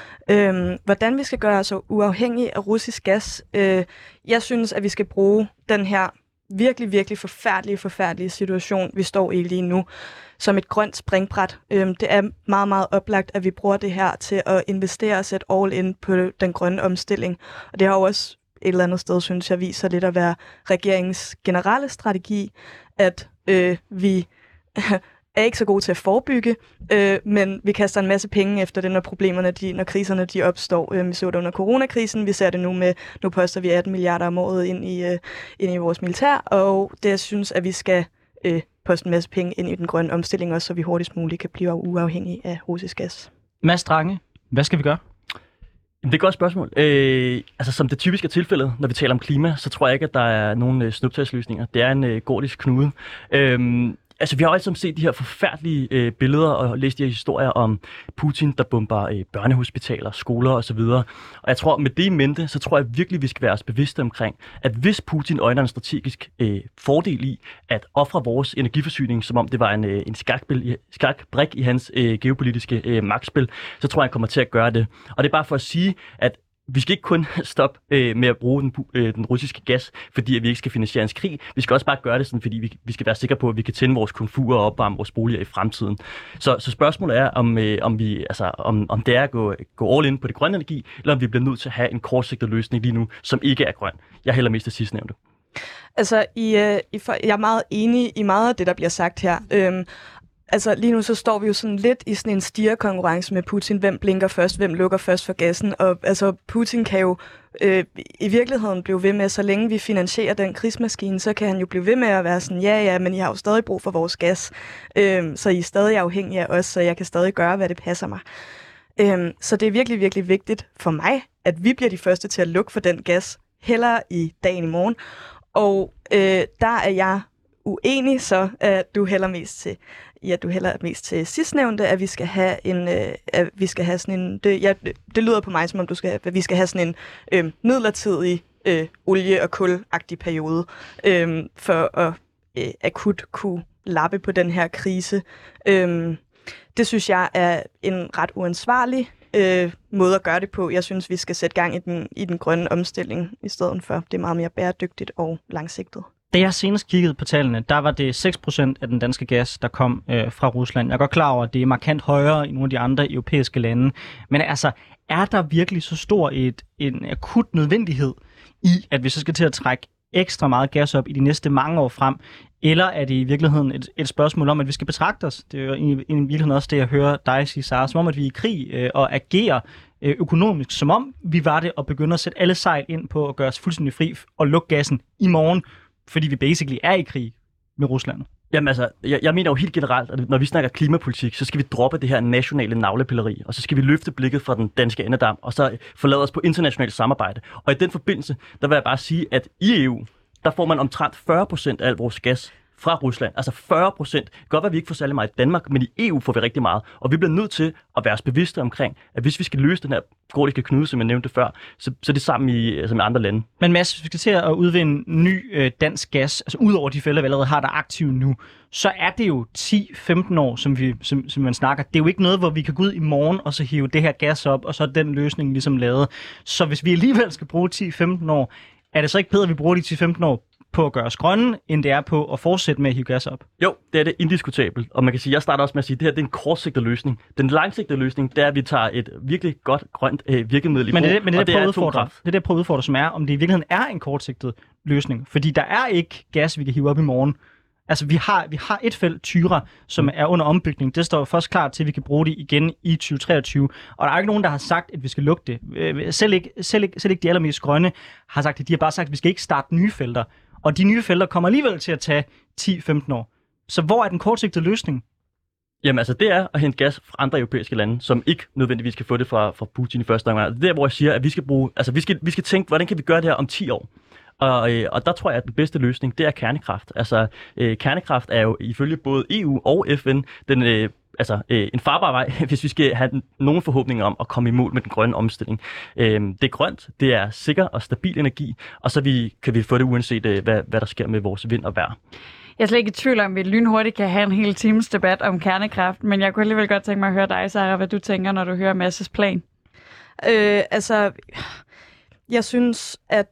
Øhm, hvordan vi skal gøre os uafhængige af russisk gas? Øh, jeg synes, at vi skal bruge den her virkelig, virkelig forfærdelige, forfærdelige situation, vi står i lige nu, som et grønt springbræt. Øhm, det er meget, meget oplagt, at vi bruger det her til at investere og sætte all in på den grønne omstilling. Og det har jo også et eller andet sted, synes jeg, viser lidt at være regeringens generelle strategi, at øh, vi er ikke så gode til at forebygge, øh, men vi kaster en masse penge efter det, når problemerne, de, når kriserne de opstår. Øh, vi så det under coronakrisen, vi ser det nu med, nu poster vi atten milliarder om året ind i, øh, ind i vores militær, og det jeg synes, at vi skal øh, poste en masse penge ind i den grønne omstilling også, så vi hurtigst muligt kan blive uafhængige af russisk gas. Mads Strange, hvad skal vi gøre? Det er et godt spørgsmål. Øh, altså, som det typisk er tilfældet, når vi taler om klima, så tror jeg ikke, at der er nogen øh, snuptagsløsninger. Det er en øh, gordisk knude. Øh, Altså, vi har jo altid set de her forfærdelige øh, billeder og læst de her historier om Putin, der bomber øh, børnehospitaler, skoler osv. Og jeg tror, med det i mente, så tror jeg virkelig, vi skal være os bevidste omkring, at hvis Putin øjner en strategisk øh, fordel i at ofre vores energiforsyning, som om det var en, øh, en skakbrik, skakbrik i hans øh, geopolitiske øh, magtspil, så tror jeg, han kommer til at gøre det. Og det er bare for at sige, at vi skal ikke kun stoppe øh, med at bruge den, øh, den russiske gas, fordi at vi ikke skal finansiere hans krig. Vi skal også bare gøre det sådan, fordi vi, vi skal være sikre på, at vi kan tænde vores komfurer og opvarme vores boliger i fremtiden. Så, så spørgsmålet er, om, øh, om, vi, altså, om, om det er at gå, gå all in på det grønne energi, eller om vi bliver nødt til at have en kortsigtet løsning lige nu, som ikke er grøn. Jeg hælder mest til sidstnævnte. Altså, i, øh, i for, jeg er meget enig i meget af det, der bliver sagt her. Øhm, Altså lige nu så står vi jo sådan lidt i sådan en stirrekonkurrence med Putin. Hvem blinker først, hvem lukker først for gassen? Og altså Putin kan jo øh, i virkeligheden blive ved med, så længe vi finansierer den krigsmaskine, så kan han jo blive ved med at være sådan, ja ja, men I har jo stadig brug for vores gas. Øh, så I er stadig afhængige af os, så jeg kan stadig gøre, hvad det passer mig. Øh, så det er virkelig, virkelig vigtigt for mig, at vi bliver de første til at lukke for den gas, hellere i dagen i morgen. Og øh, der er jeg uenig, så at du hælder mest til ja, du hælder mest til sidstnævnte, at vi skal have en, øh, at vi skal have sådan en, det, ja, det lyder på mig, som om du skal, at vi skal have sådan en øh, midlertidig øh, olie- og kulagtig periode, øh, for at øh, akut kunne lappe på den her krise. Øh, det synes jeg er en ret uansvarlig øh, måde at gøre det på. Jeg synes, vi skal sætte gang i den, i den grønne omstilling i stedet for. Det er meget mere bæredygtigt og langsigtet. Da jeg senest kiggede på tallene, der var det seks procent af den danske gas, der kom øh, fra Rusland. Jeg er godt klar over, at det er markant højere i nogle af de andre europæiske lande. Men altså, er der virkelig så stor et, en akut nødvendighed i, at vi så skal til at trække ekstra meget gas op i de næste mange år frem? Eller er det i virkeligheden et, et spørgsmål om, at vi skal betragte os? Det er jo i, i virkeligheden også det, jeg hører dig sige, Sara, som om, at vi er i krig øh, og agerer øh, økonomisk, som om vi var det, og begynder at sætte alle sejl ind på at gøre os fuldstændig fri og lukke gassen i morgen, fordi vi basically er i krig med Rusland. Jamen altså, jeg, jeg mener jo helt generelt, at når vi snakker klimapolitik, så skal vi droppe det her nationale navlepilleri, og så skal vi løfte blikket fra den danske andedam, og så forlade os på internationalt samarbejde. Og i den forbindelse, der vil jeg bare sige, at i E U, der får man omtrent fyrre procent af al vores gas fra Rusland. Altså fyrre procent. Det kan godt være, at vi ikke får særlig meget i Danmark, men i E U får vi rigtig meget. Og vi bliver nødt til at være os bevidste omkring, at hvis vi skal løse den her gordiske knude, som jeg nævnte før, så, så er det sammen i, altså med andre lande. Men Mads, hvis vi skal til at udvinde ny øh, dansk gas, altså ud over de felter, vi allerede har, der er aktive nu, så er det jo ti til femten år, som, vi, som, som man snakker. Det er jo ikke noget, hvor vi kan gå ud i morgen og så hive det her gas op, og så er den løsning ligesom lavet. Så hvis vi alligevel skal bruge ti til femten år, er det så ikke bedre, at vi bruger de ti til femten år på at gøre os grønne, end det er på at fortsætte med at hive gas op? Jo, det er det indiskutabelt. Og man kan sige, jeg starter også med at sige, at det her det er en kortsigtet løsning. Den langsigtede løsning, det er, at vi tager et virkelig godt grønt øh, virkemiddel i brug, men det, men det, og det er atomkraft. Det er det, prøver at udfordre, som er, om det i virkeligheden er en kortsigtet løsning. Fordi der er ikke gas, vi kan hive op i morgen. Altså, vi har, vi har et felt, Tyra, som er under ombygning. Det står først klar til, at vi kan bruge det igen i tyve treogtyve. Og der er ikke nogen, der har sagt, at vi skal lukke det. Selv ikke, selv ikke, selv ikke de allermest grønne har sagt det. De har bare sagt, at vi skal ikke starte nye felter. Og de nye felter kommer alligevel til at tage ti til femten år. Så hvor er den kortsigtede løsning? Jamen altså, det er at hente gas fra andre europæiske lande, som ikke nødvendigvis kan få det fra, fra Putin i første omgang. Det er der, hvor jeg siger, at vi skal bruge, altså vi skal, vi skal tænke, hvordan kan vi gøre det her om ti år? Og, øh, og der tror jeg, at den bedste løsning, det er kernekraft. Altså, øh, kernekraft er jo ifølge både E U og F N den, øh, altså, øh, en farbar vej, hvis vi skal have nogen forhåbninger om at komme i mål med den grønne omstilling. Øh, det er grønt, det er sikker og stabil energi, og så vi, kan vi få det uanset, øh, hvad, hvad der sker med vores vind og vejr. Jeg er slet ikke i tvivl om, at vi lynhurtigt kan have en hel times debat om kernekraft, men jeg kunne alligevel godt tænke mig at høre dig, Sarah, hvad du tænker, når du hører Mads' plan. Øh, altså, jeg synes, at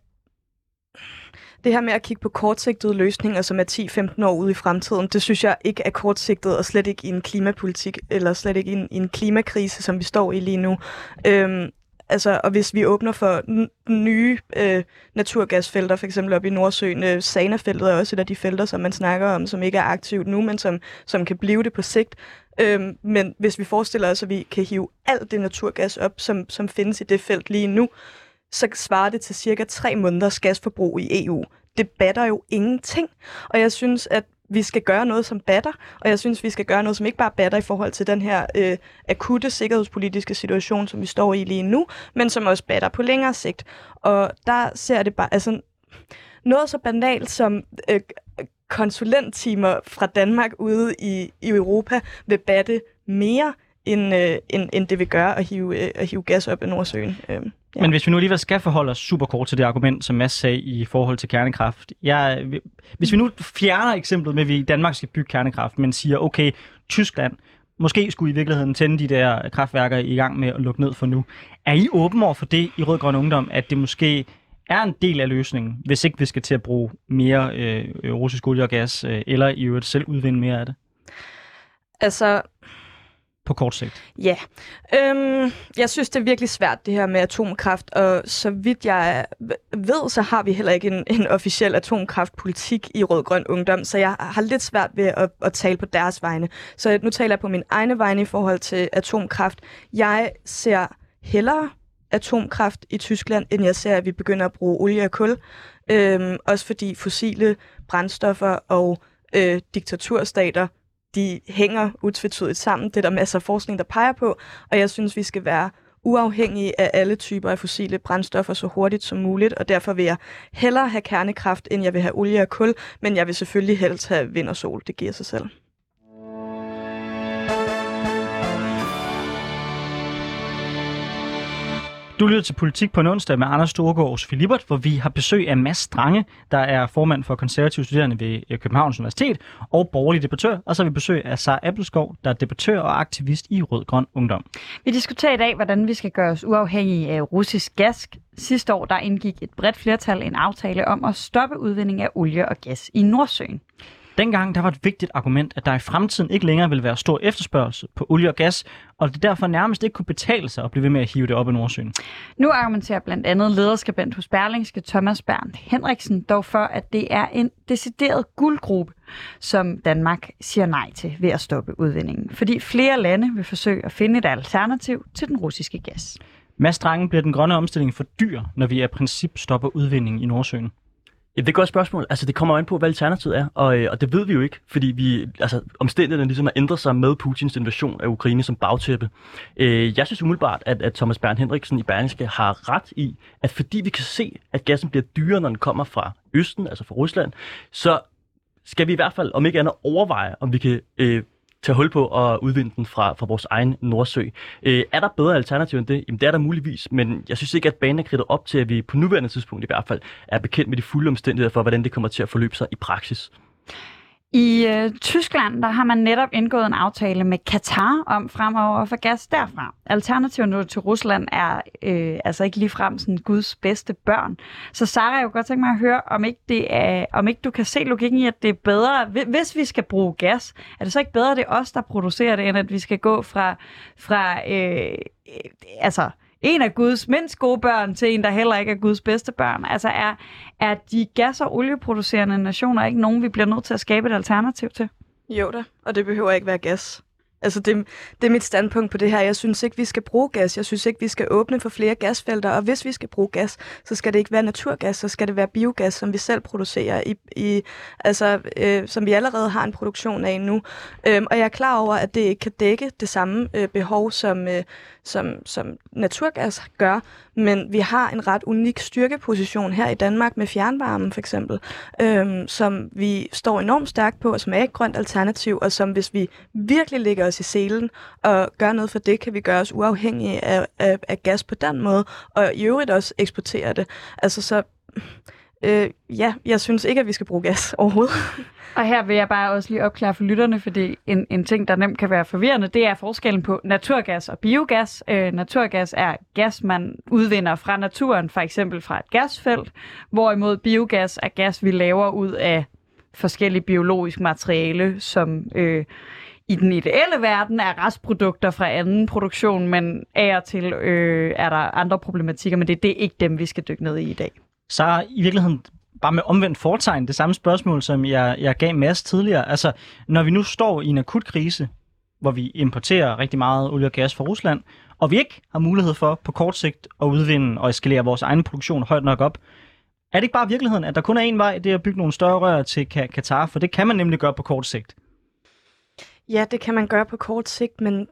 det her med at kigge på kortsigtede løsninger, som er ti til femten år ude i fremtiden, det synes jeg ikke er kortsigtet, og slet ikke i en klimapolitik, eller slet ikke i en, i en klimakrise, som vi står i lige nu. Øhm, altså, og hvis vi åbner for n- nye øh, naturgasfelter, for eksempel op i Nordsøen, øh, Sana-feltet er også et af de felter, som man snakker om, som ikke er aktivt nu, men som, som kan blive det på sigt. Øhm, men hvis vi forestiller os, at vi kan hive alt det naturgas op, som, som findes i det felt lige nu, så svarer det til cirka tre måneders gasforbrug i E U. Det batter jo ingenting. Og jeg synes, at vi skal gøre noget, som batter, og jeg synes, vi skal gøre noget, som ikke bare batter i forhold til den her øh, akutte sikkerhedspolitiske situation, som vi står i lige nu, men som også batter på længere sigt. Og der ser det bare, altså noget så banalt som øh, konsulenttimer fra Danmark ude i, i Europa vil batte mere, end, øh, end, end det vil gøre at hive, øh, at hive gas op i Nordsøen. Øh. Ja. Men hvis vi nu alligevel skal forholde os super kort til det argument, som Mads sagde i forhold til kernekraft. Jeg, hvis vi nu fjerner eksemplet med, at vi i Danmark skal bygge kernekraft, men siger, okay, Tyskland, måske skulle i virkeligheden tænde de der kraftværker i gang med at lukke ned for nu. Er I åben over for det i Rød Grøn Ungdom, at det måske er en del af løsningen, hvis ikke vi skal til at bruge mere øh, russisk olie og gas, øh, eller i øvrigt selv udvinde mere af det? Altså... På kort sigt? Ja. Øhm, jeg synes, det er virkelig svært, det her med atomkraft, og så vidt jeg ved, så har vi heller ikke en, en officiel atomkraftpolitik i Rød Grøn Ungdom, så jeg har lidt svært ved at, at tale på deres vegne. Så nu taler jeg på min egne vegne i forhold til atomkraft. Jeg ser hellere atomkraft i Tyskland, end jeg ser, at vi begynder at bruge olie og kul. Øhm, også fordi fossile brændstoffer og øh, diktaturstater, de hænger utvetydigt sammen. Det er der masser af forskning, der peger på, og jeg synes, vi skal være uafhængige af alle typer af fossile brændstoffer så hurtigt som muligt, og derfor vil jeg hellere have kernekraft, end jeg vil have olie og kul, men jeg vil selvfølgelig helst have vind og sol. Det giver sig selv. Du lytter til Politik på en onsdag med Anders Storgård og Sofie Lippert, hvor vi har besøg af Mads Strange, der er formand for konservative studerende ved Københavns Universitet og borgerlig debattør. Og så har vi besøg af Sarah Appelskov, der er debattør og aktivist i Rød Grøn Ungdom. Vi diskuterer i dag, hvordan vi skal gøre os uafhængige af russisk gas. Sidste år der indgik et bredt flertal en aftale om at stoppe udvinding af olie og gas i Nordsøen. Dengang der var et vigtigt argument, at der i fremtiden ikke længere vil være stor efterspørgsel på olie og gas, og det derfor nærmest ikke kunne betale sig at blive ved med at hive det op i Nordsøen. Nu argumenterer blandt andet lederskribent hos Berlingske Thomas Bernd Henriksen dog for, at det er en decideret guldgruppe, som Danmark siger nej til ved at stoppe udvindingen, fordi flere lande vil forsøge at finde et alternativ til den russiske gas. Mads Strange, bliver den grønne omstilling for dyr, når vi af princip stopper udvindingen i Nordsøen? Ja, det er et godt spørgsmål. Altså, det kommer an på, hvad alternativet er, og, og det ved vi jo ikke, fordi vi, altså, omstændighederne ligesom har ændret sig med Putins invasion af Ukraine som bagtæppe. Øh, jeg synes umiddelbart, at, at Thomas Bernd Henriksen i Berlingske har ret i, at fordi vi kan se, at gassen bliver dyrere, når den kommer fra Østen, altså fra Rusland, så skal vi i hvert fald, om ikke andet, overveje, om vi kan øh, tage hul på og udvinde den fra, fra vores egen Nordsø. Øh, er der bedre alternativ end det? Jamen, det er der muligvis, men jeg synes ikke, at banen er kridtet op til, at vi på nuværende tidspunkt i hvert fald er bekendt med de fulde omstændigheder for, hvordan det kommer til at forløbe sig i praksis. I øh, Tyskland der har man netop indgået en aftale med Katar om fremover at få gas derfra. Alternativet til Rusland er øh, altså ikke ligefrem sådan Guds bedste børn. Så Sara, jeg kunne godt tænke mig at høre, om ikke, det er, om ikke du kan se logikken i, at det er bedre, hvis vi skal bruge gas, er det så ikke bedre, at det er os, der producerer det, end at vi skal gå fra, fra øh, altså... en af Guds mindst gode børn til en, der heller ikke er Guds bedste børn. Altså er, er de gas- og olieproducerende nationer ikke nogen, vi bliver nødt til at skabe et alternativ til? Jo da, og det behøver ikke være gas. Altså det, det er mit standpunkt på det her. Jeg synes ikke, vi skal bruge gas. Jeg synes ikke, vi skal åbne for flere gasfelter. Og hvis vi skal bruge gas, så skal det ikke være naturgas, så skal det være biogas, som vi selv producerer, i, i, altså, øh, som vi allerede har en produktion af nu. Øhm, og jeg er klar over, at det ikke kan dække det samme øh, behov, som, øh, som, som naturgas gør. Men vi har en ret unik styrkeposition her i Danmark med fjernvarmen for eksempel, øhm, som vi står enormt stærkt på, og som er et grønt alternativ, og som hvis vi virkelig ligger os i selen og gør noget for det, kan vi gøre os uafhængige af, af, af gas på den måde, og i øvrigt også eksportere det. Altså så, øh, ja, jeg synes ikke, at vi skal bruge gas overhovedet. Og her vil jeg bare også lige opklare for lytterne, fordi en, en ting, der nemt kan være forvirrende, det er forskellen på naturgas og biogas. Øh, naturgas er gas, man udvinder fra naturen, for eksempel fra et gasfelt, hvorimod biogas er gas, vi laver ud af forskellige biologisk materiale, som øh, i den ideelle verden er restprodukter fra anden produktion, men af og til øh, er der andre problematikker, men det, det er ikke dem, vi skal dykke ned i i dag. Så i virkeligheden bare med omvendt fortegn, det samme spørgsmål, som jeg, jeg gav Mads tidligere. Altså, når vi nu står i en akut krise, hvor vi importerer rigtig meget olie og gas fra Rusland, og vi ikke har mulighed for på kort sigt at udvinde og eskalere vores egen produktion højt nok op, er det ikke bare virkeligheden, at der kun er én vej, det er at bygge nogle større rør til Katar, for det kan man nemlig gøre på kort sigt? Ja, det kan man gøre på kort sigt, men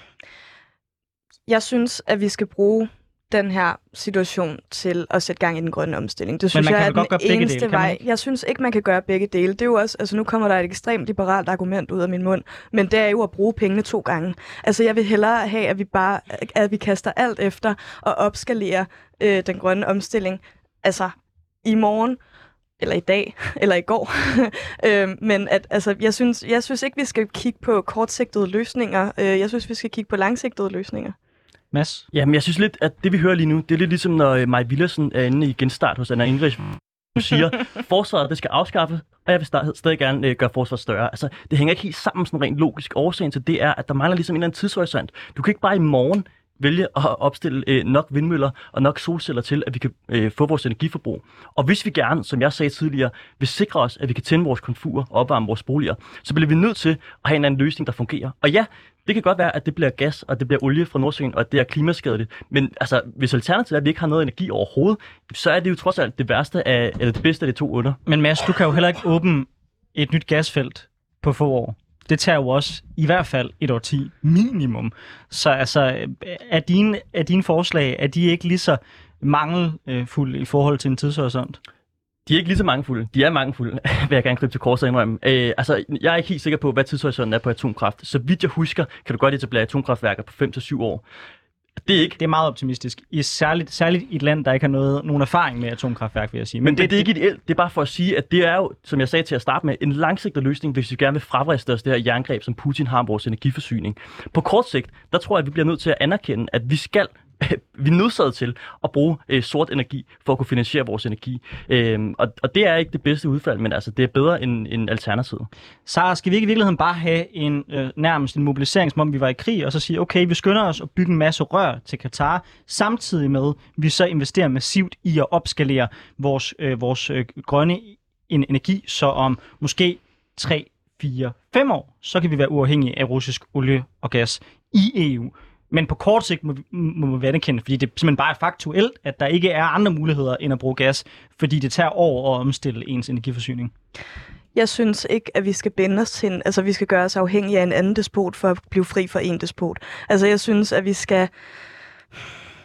jeg synes, at vi skal bruge den her situation til at sætte gang i den grønne omstilling. Det synes Men man jeg kan er godt den gøre eneste dele, vej. Jeg synes ikke, man kan gøre begge dele. Det er jo også, altså nu kommer der et ekstremt liberalt argument ud af min mund, men det er jo at bruge pengene to gange. Altså jeg vil hellere have, at vi bare at vi kaster alt efter og opskalerer øh, den grønne omstilling. Altså i morgen, eller i dag, eller i går. øh, men at, altså, jeg, synes, jeg synes ikke, vi skal kigge på kortsigtede løsninger. Øh, jeg synes, vi skal kigge på langsigtede løsninger. Mads? Jamen, jeg synes lidt, at det vi hører lige nu, det er lidt ligesom, når Maj Villersen er inde i genstart hos Anna Ingrid, hun siger, forsvaret, det skal afskaffes, og jeg vil stadig, stadig gerne øh, gøre forsvaret større. Altså, det hænger ikke helt sammen sådan rent logisk. Årsagen til det er, at der mangler ligesom en eller anden tidshorisont. Du kan ikke bare i morgen vælge at opstille øh, nok vindmøller og nok solceller til, at vi kan øh, få vores energiforbrug. Og hvis vi gerne, som jeg sagde tidligere, vil sikre os, at vi kan tænde vores komfurer og opvarme vores boliger, så bliver vi nødt til at have en anden løsning, der fungerer. Og ja, det kan godt være, at det bliver gas, og det bliver olie fra Nordsøen, og at det er klimaskadeligt. Men altså, hvis alternativet er, at vi ikke har noget energi overhovedet, så er det jo trods alt det værste af, eller det bedste af de to under. Men Mads, du kan jo heller ikke åbne et nyt gasfelt på få år. Det tager jo også i hvert fald et årti minimum. Så altså, er dine, er dine forslag, er de ikke lige så mangelfulde i forhold til en tidshorisont? De er ikke lige så mangefulde. De er mangefulde, vil jeg gerne krybe til kors og indrømme. Øh, altså, jeg er ikke helt sikker på, hvad tidshorisonten er på atomkraft. Så vidt jeg husker, kan du godt etablere atomkraftværker på fem til syv år. Det er ikke. Det er meget optimistisk. I særligt, særligt i et land, der ikke har noget, nogen erfaring med atomkraftværk, vil jeg sige. Men, Men det, det er ikke ideelt. Det er bare for at sige, at det er jo, som jeg sagde til at starte med, en langsigtet løsning, hvis vi gerne vil fravriste os det her jerngreb, som Putin har om vores energiforsyning. På kort sigt, der tror jeg, at vi bliver nødt til at anerkende, at vi skal vi er nødsaget til at bruge øh, sort energi for at kunne finansiere vores energi. Øhm, og, og det er ikke det bedste udfald, men altså, det er bedre end, end alternativet. Sara, skal vi ikke i virkeligheden bare have en øh, nærmest en mobilisering, som om vi var i krig, og så sige, okay, vi skynder os at bygge en masse rør til Katar, samtidig med, vi så investerer massivt i at opskalere vores, øh, vores øh, grønne energi, så om måske tre, fire, fem år, så kan vi være uafhængige af russisk olie og gas i E U. Men på kort sigt må vi, må vi anerkende, fordi det simpelthen bare er faktuelt, at der ikke er andre muligheder end at bruge gas, fordi det tager år at omstille ens energiforsyning. Jeg synes ikke, at vi skal binde os til, altså vi skal gøre os afhængige af en anden despot for at blive fri fra en despot. Altså jeg synes, at vi skal...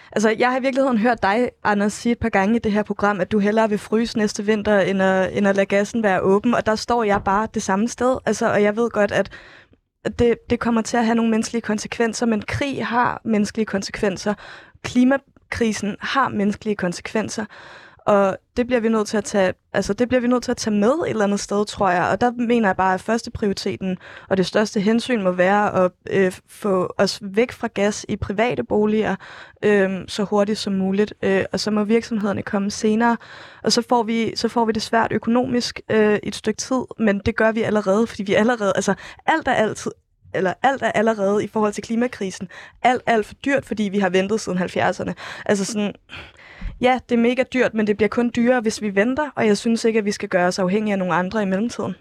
Altså, jeg har i virkeligheden hørt dig, Anders, sige et par gange i det her program, at du hellere vil fryse næste vinter, end at, end at lade gassen være åben, og der står jeg bare det samme sted. Altså, og jeg ved godt, at det, det kommer til at have nogle menneskelige konsekvenser, men krig har menneskelige konsekvenser. Klimakrisen har menneskelige konsekvenser. Og det bliver vi nødt til at tage, altså det bliver vi nødt til at tage med et eller andet sted, tror jeg. Og der mener jeg bare, at første prioriteten og det største hensyn må være at øh, få os væk fra gas i private boliger øh, så hurtigt som muligt. Øh, og så må virksomhederne komme senere. Og så får vi, så får vi det svært økonomisk øh, et stykke tid, men det gør vi allerede, fordi vi allerede, altså alt er altid, eller alt er allerede i forhold til klimakrisen, alt alt for dyrt, fordi vi har ventet siden halvfjerdserne. Altså sådan, ja, det er mega dyrt, men det bliver kun dyrere, hvis vi venter, og jeg synes ikke, at vi skal gøre os afhængige af nogle andre i mellemtiden.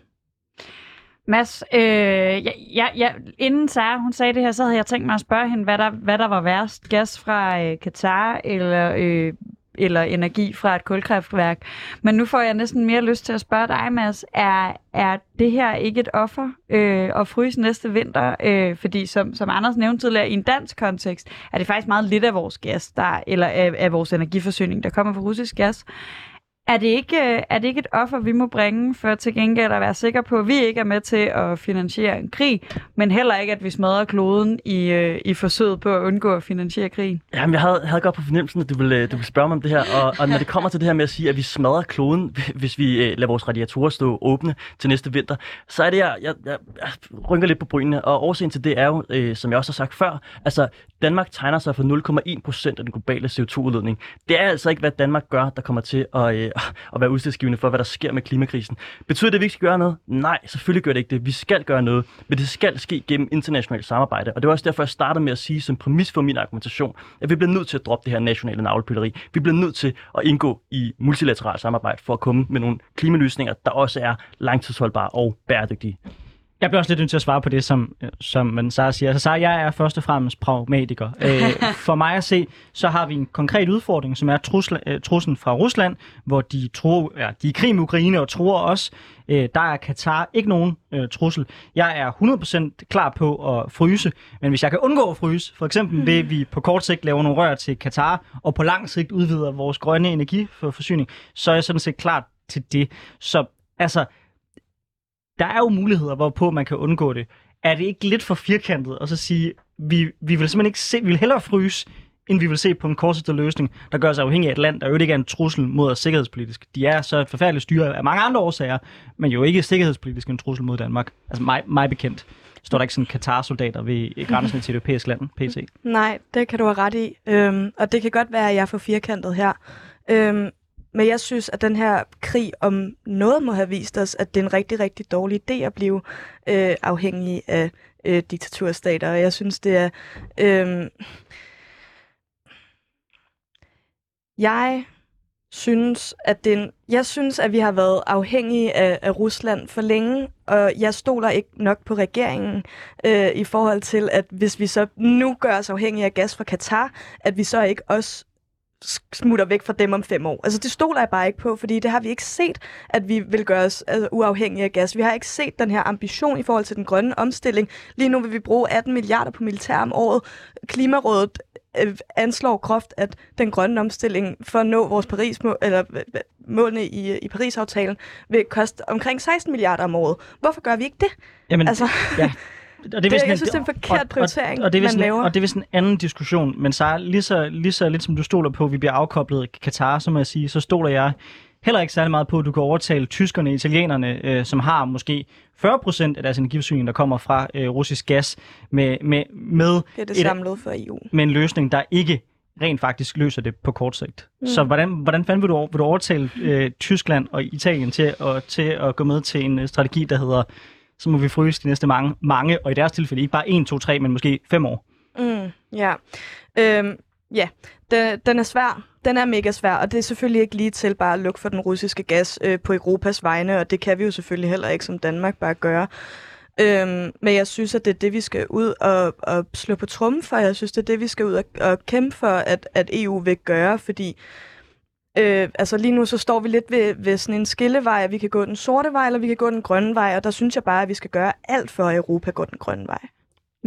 Mads, øh, ja, ja, ja, inden Sarah, hun sagde det her, så havde jeg tænkt mig at spørge hende, hvad der, hvad der var værst, gas fra øh, Katar eller, øh, eller energi fra et kulkraftværk. Men nu får jeg næsten mere lyst til at spørge dig, Mads, er, er det her ikke et offer øh, at fryse næste vinter? Øh, fordi som, som Anders nævnte tidligere, i en dansk kontekst, er det faktisk meget lidt af vores gas, der, eller af, af vores energiforsyning, der kommer fra russisk gas. Er det, ikke, er det ikke et offer, vi må bringe, for til gengæld at være sikre på, at vi ikke er med til at finansiere en krig, men heller ikke, at vi smadrer kloden i, i forsøget på at undgå at finansiere krigen? Jamen, jeg havde, havde godt på fornemmelsen, at du ville, du ville spørge mig om det her, og, og når det kommer til det her med at sige, at vi smadrer kloden, hvis vi lader vores radiatorer stå åbne til næste vinter, så er det, jeg, jeg, jeg, jeg rynker lidt på brynene, og årsagen til det er jo, øh, som jeg også har sagt før, altså Danmark tegner sig for nul komma en procent af den globale C O to udledning. Det er altså ikke, hvad Danmark gør, der kommer til at øh, at være udslagsgivende for, hvad der sker med klimakrisen. Betyder det, at vi ikke skal gøre noget? Nej, selvfølgelig gør det ikke det. Vi skal gøre noget, men det skal ske gennem internationalt samarbejde. Og det var også derfor, jeg startede med at sige som præmis for min argumentation, at vi bliver nødt til at droppe det her nationale navlepilleri. Vi bliver nødt til at indgå i multilateralt samarbejde for at komme med nogle klimaløsninger, der også er langtidsholdbare og bæredygtige. Jeg bliver også lidt nødt til at svare på det, som, som man så siger. Altså, jeg er først og fremmest pragmatiker. Øh, for mig at se, så har vi en konkret udfordring, som er truslen, truslen fra Rusland, hvor de, tror, ja, de er i krig med Ukraine og tror os. Øh, der er Katar ikke nogen øh, trussel. Jeg er hundrede procent klar på at fryse, men hvis jeg kan undgå at fryse, for eksempel ved vi på kort sigt laver nogle rør til Katar, og på lang sigt udvider vores grønne energiforsyning, så er jeg sådan set klar til det. Så altså, der er jo muligheder, hvorpå man kan undgå det. Er det ikke lidt for firkantet at så sige, vi, vi vil simpelthen ikke se, vi vil hellere fryse, end vi vil se på en kortsigtet løsning, der gør sig afhængig af et land, der jo ikke er en trussel mod os sikkerhedspolitisk. De er så et forfærdeligt styre af mange andre årsager, men jo ikke sikkerhedspolitisk en trussel mod Danmark. Altså mig, mig bekendt. Står der ikke sådan Katar-soldater ved grænsen til et europæisk land, P C? Nej, det kan du have ret i. Øhm, og det kan godt være, at jeg er for firkantet her. Øhm, Men jeg synes, at den her krig om noget må have vist os, at det er en rigtig, rigtig dårlig idé at blive øh, afhængig af øh, diktaturstater. Og jeg synes, det er... Øh, jeg synes, at den, jeg synes, at vi har været afhængige af, af Rusland for længe, og jeg stoler ikke nok på regeringen øh, i forhold til, at hvis vi så nu gør os afhængige af gas fra Katar, at vi så ikke også smutter væk fra dem om fem år. Altså det stoler jeg bare ikke på, fordi det har vi ikke set, at vi vil gøre os altså, uafhængige af gas. Vi har ikke set den her ambition i forhold til den grønne omstilling. Lige nu vil vi bruge atten milliarder på militær om året. Klimarådet øh, anslår groft, at den grønne omstilling for at nå vores Paris eller målene i, i Paris-aftalen vil koste omkring seksten milliarder om året. Hvorfor gør vi ikke det? Jamen, altså... ja. Og det, det, sådan, jeg synes, det er en forkert og, prioritering, og, og det man sådan, laver. Og det er sådan en anden diskussion, men så lige så, lige så lidt som du stoler på, at vi bliver afkoblet af Katar, så må jeg sige, så stoler jeg heller ikke særlig meget på, at du kan overtale tyskerne og italienerne, øh, som har måske fyrre procent af deres energiforsyning, der kommer fra øh, russisk gas, med, med, med, det er det et, samlet for E U. med en løsning, der ikke rent faktisk løser det på kort sigt. Mm. Så hvordan, hvordan fanden vil du, vil du overtale øh, Tyskland og Italien til, og, til at gå med til en strategi, der hedder så må vi fryse de næste mange, mange, og i deres tilfælde ikke bare en, to, tre, men måske fem år. Mm, ja, øhm, ja. Den, den er svær. Den er mega svær, og det er selvfølgelig ikke lige til bare at lukke for den russiske gas øh, på Europas vegne, og det kan vi jo selvfølgelig heller ikke som Danmark bare gøre. Øhm, men jeg synes, at det er det, vi skal ud og, og slå på trommen for. Jeg synes, det er det, vi skal ud og, og kæmpe for, at, at E U vil gøre, fordi Øh, altså lige nu så står vi lidt ved, ved sådan en skillevej, at vi kan gå den sorte vej, eller vi kan gå den grønne vej, og der synes jeg bare, at vi skal gøre alt for, at Europa går den grønne vej.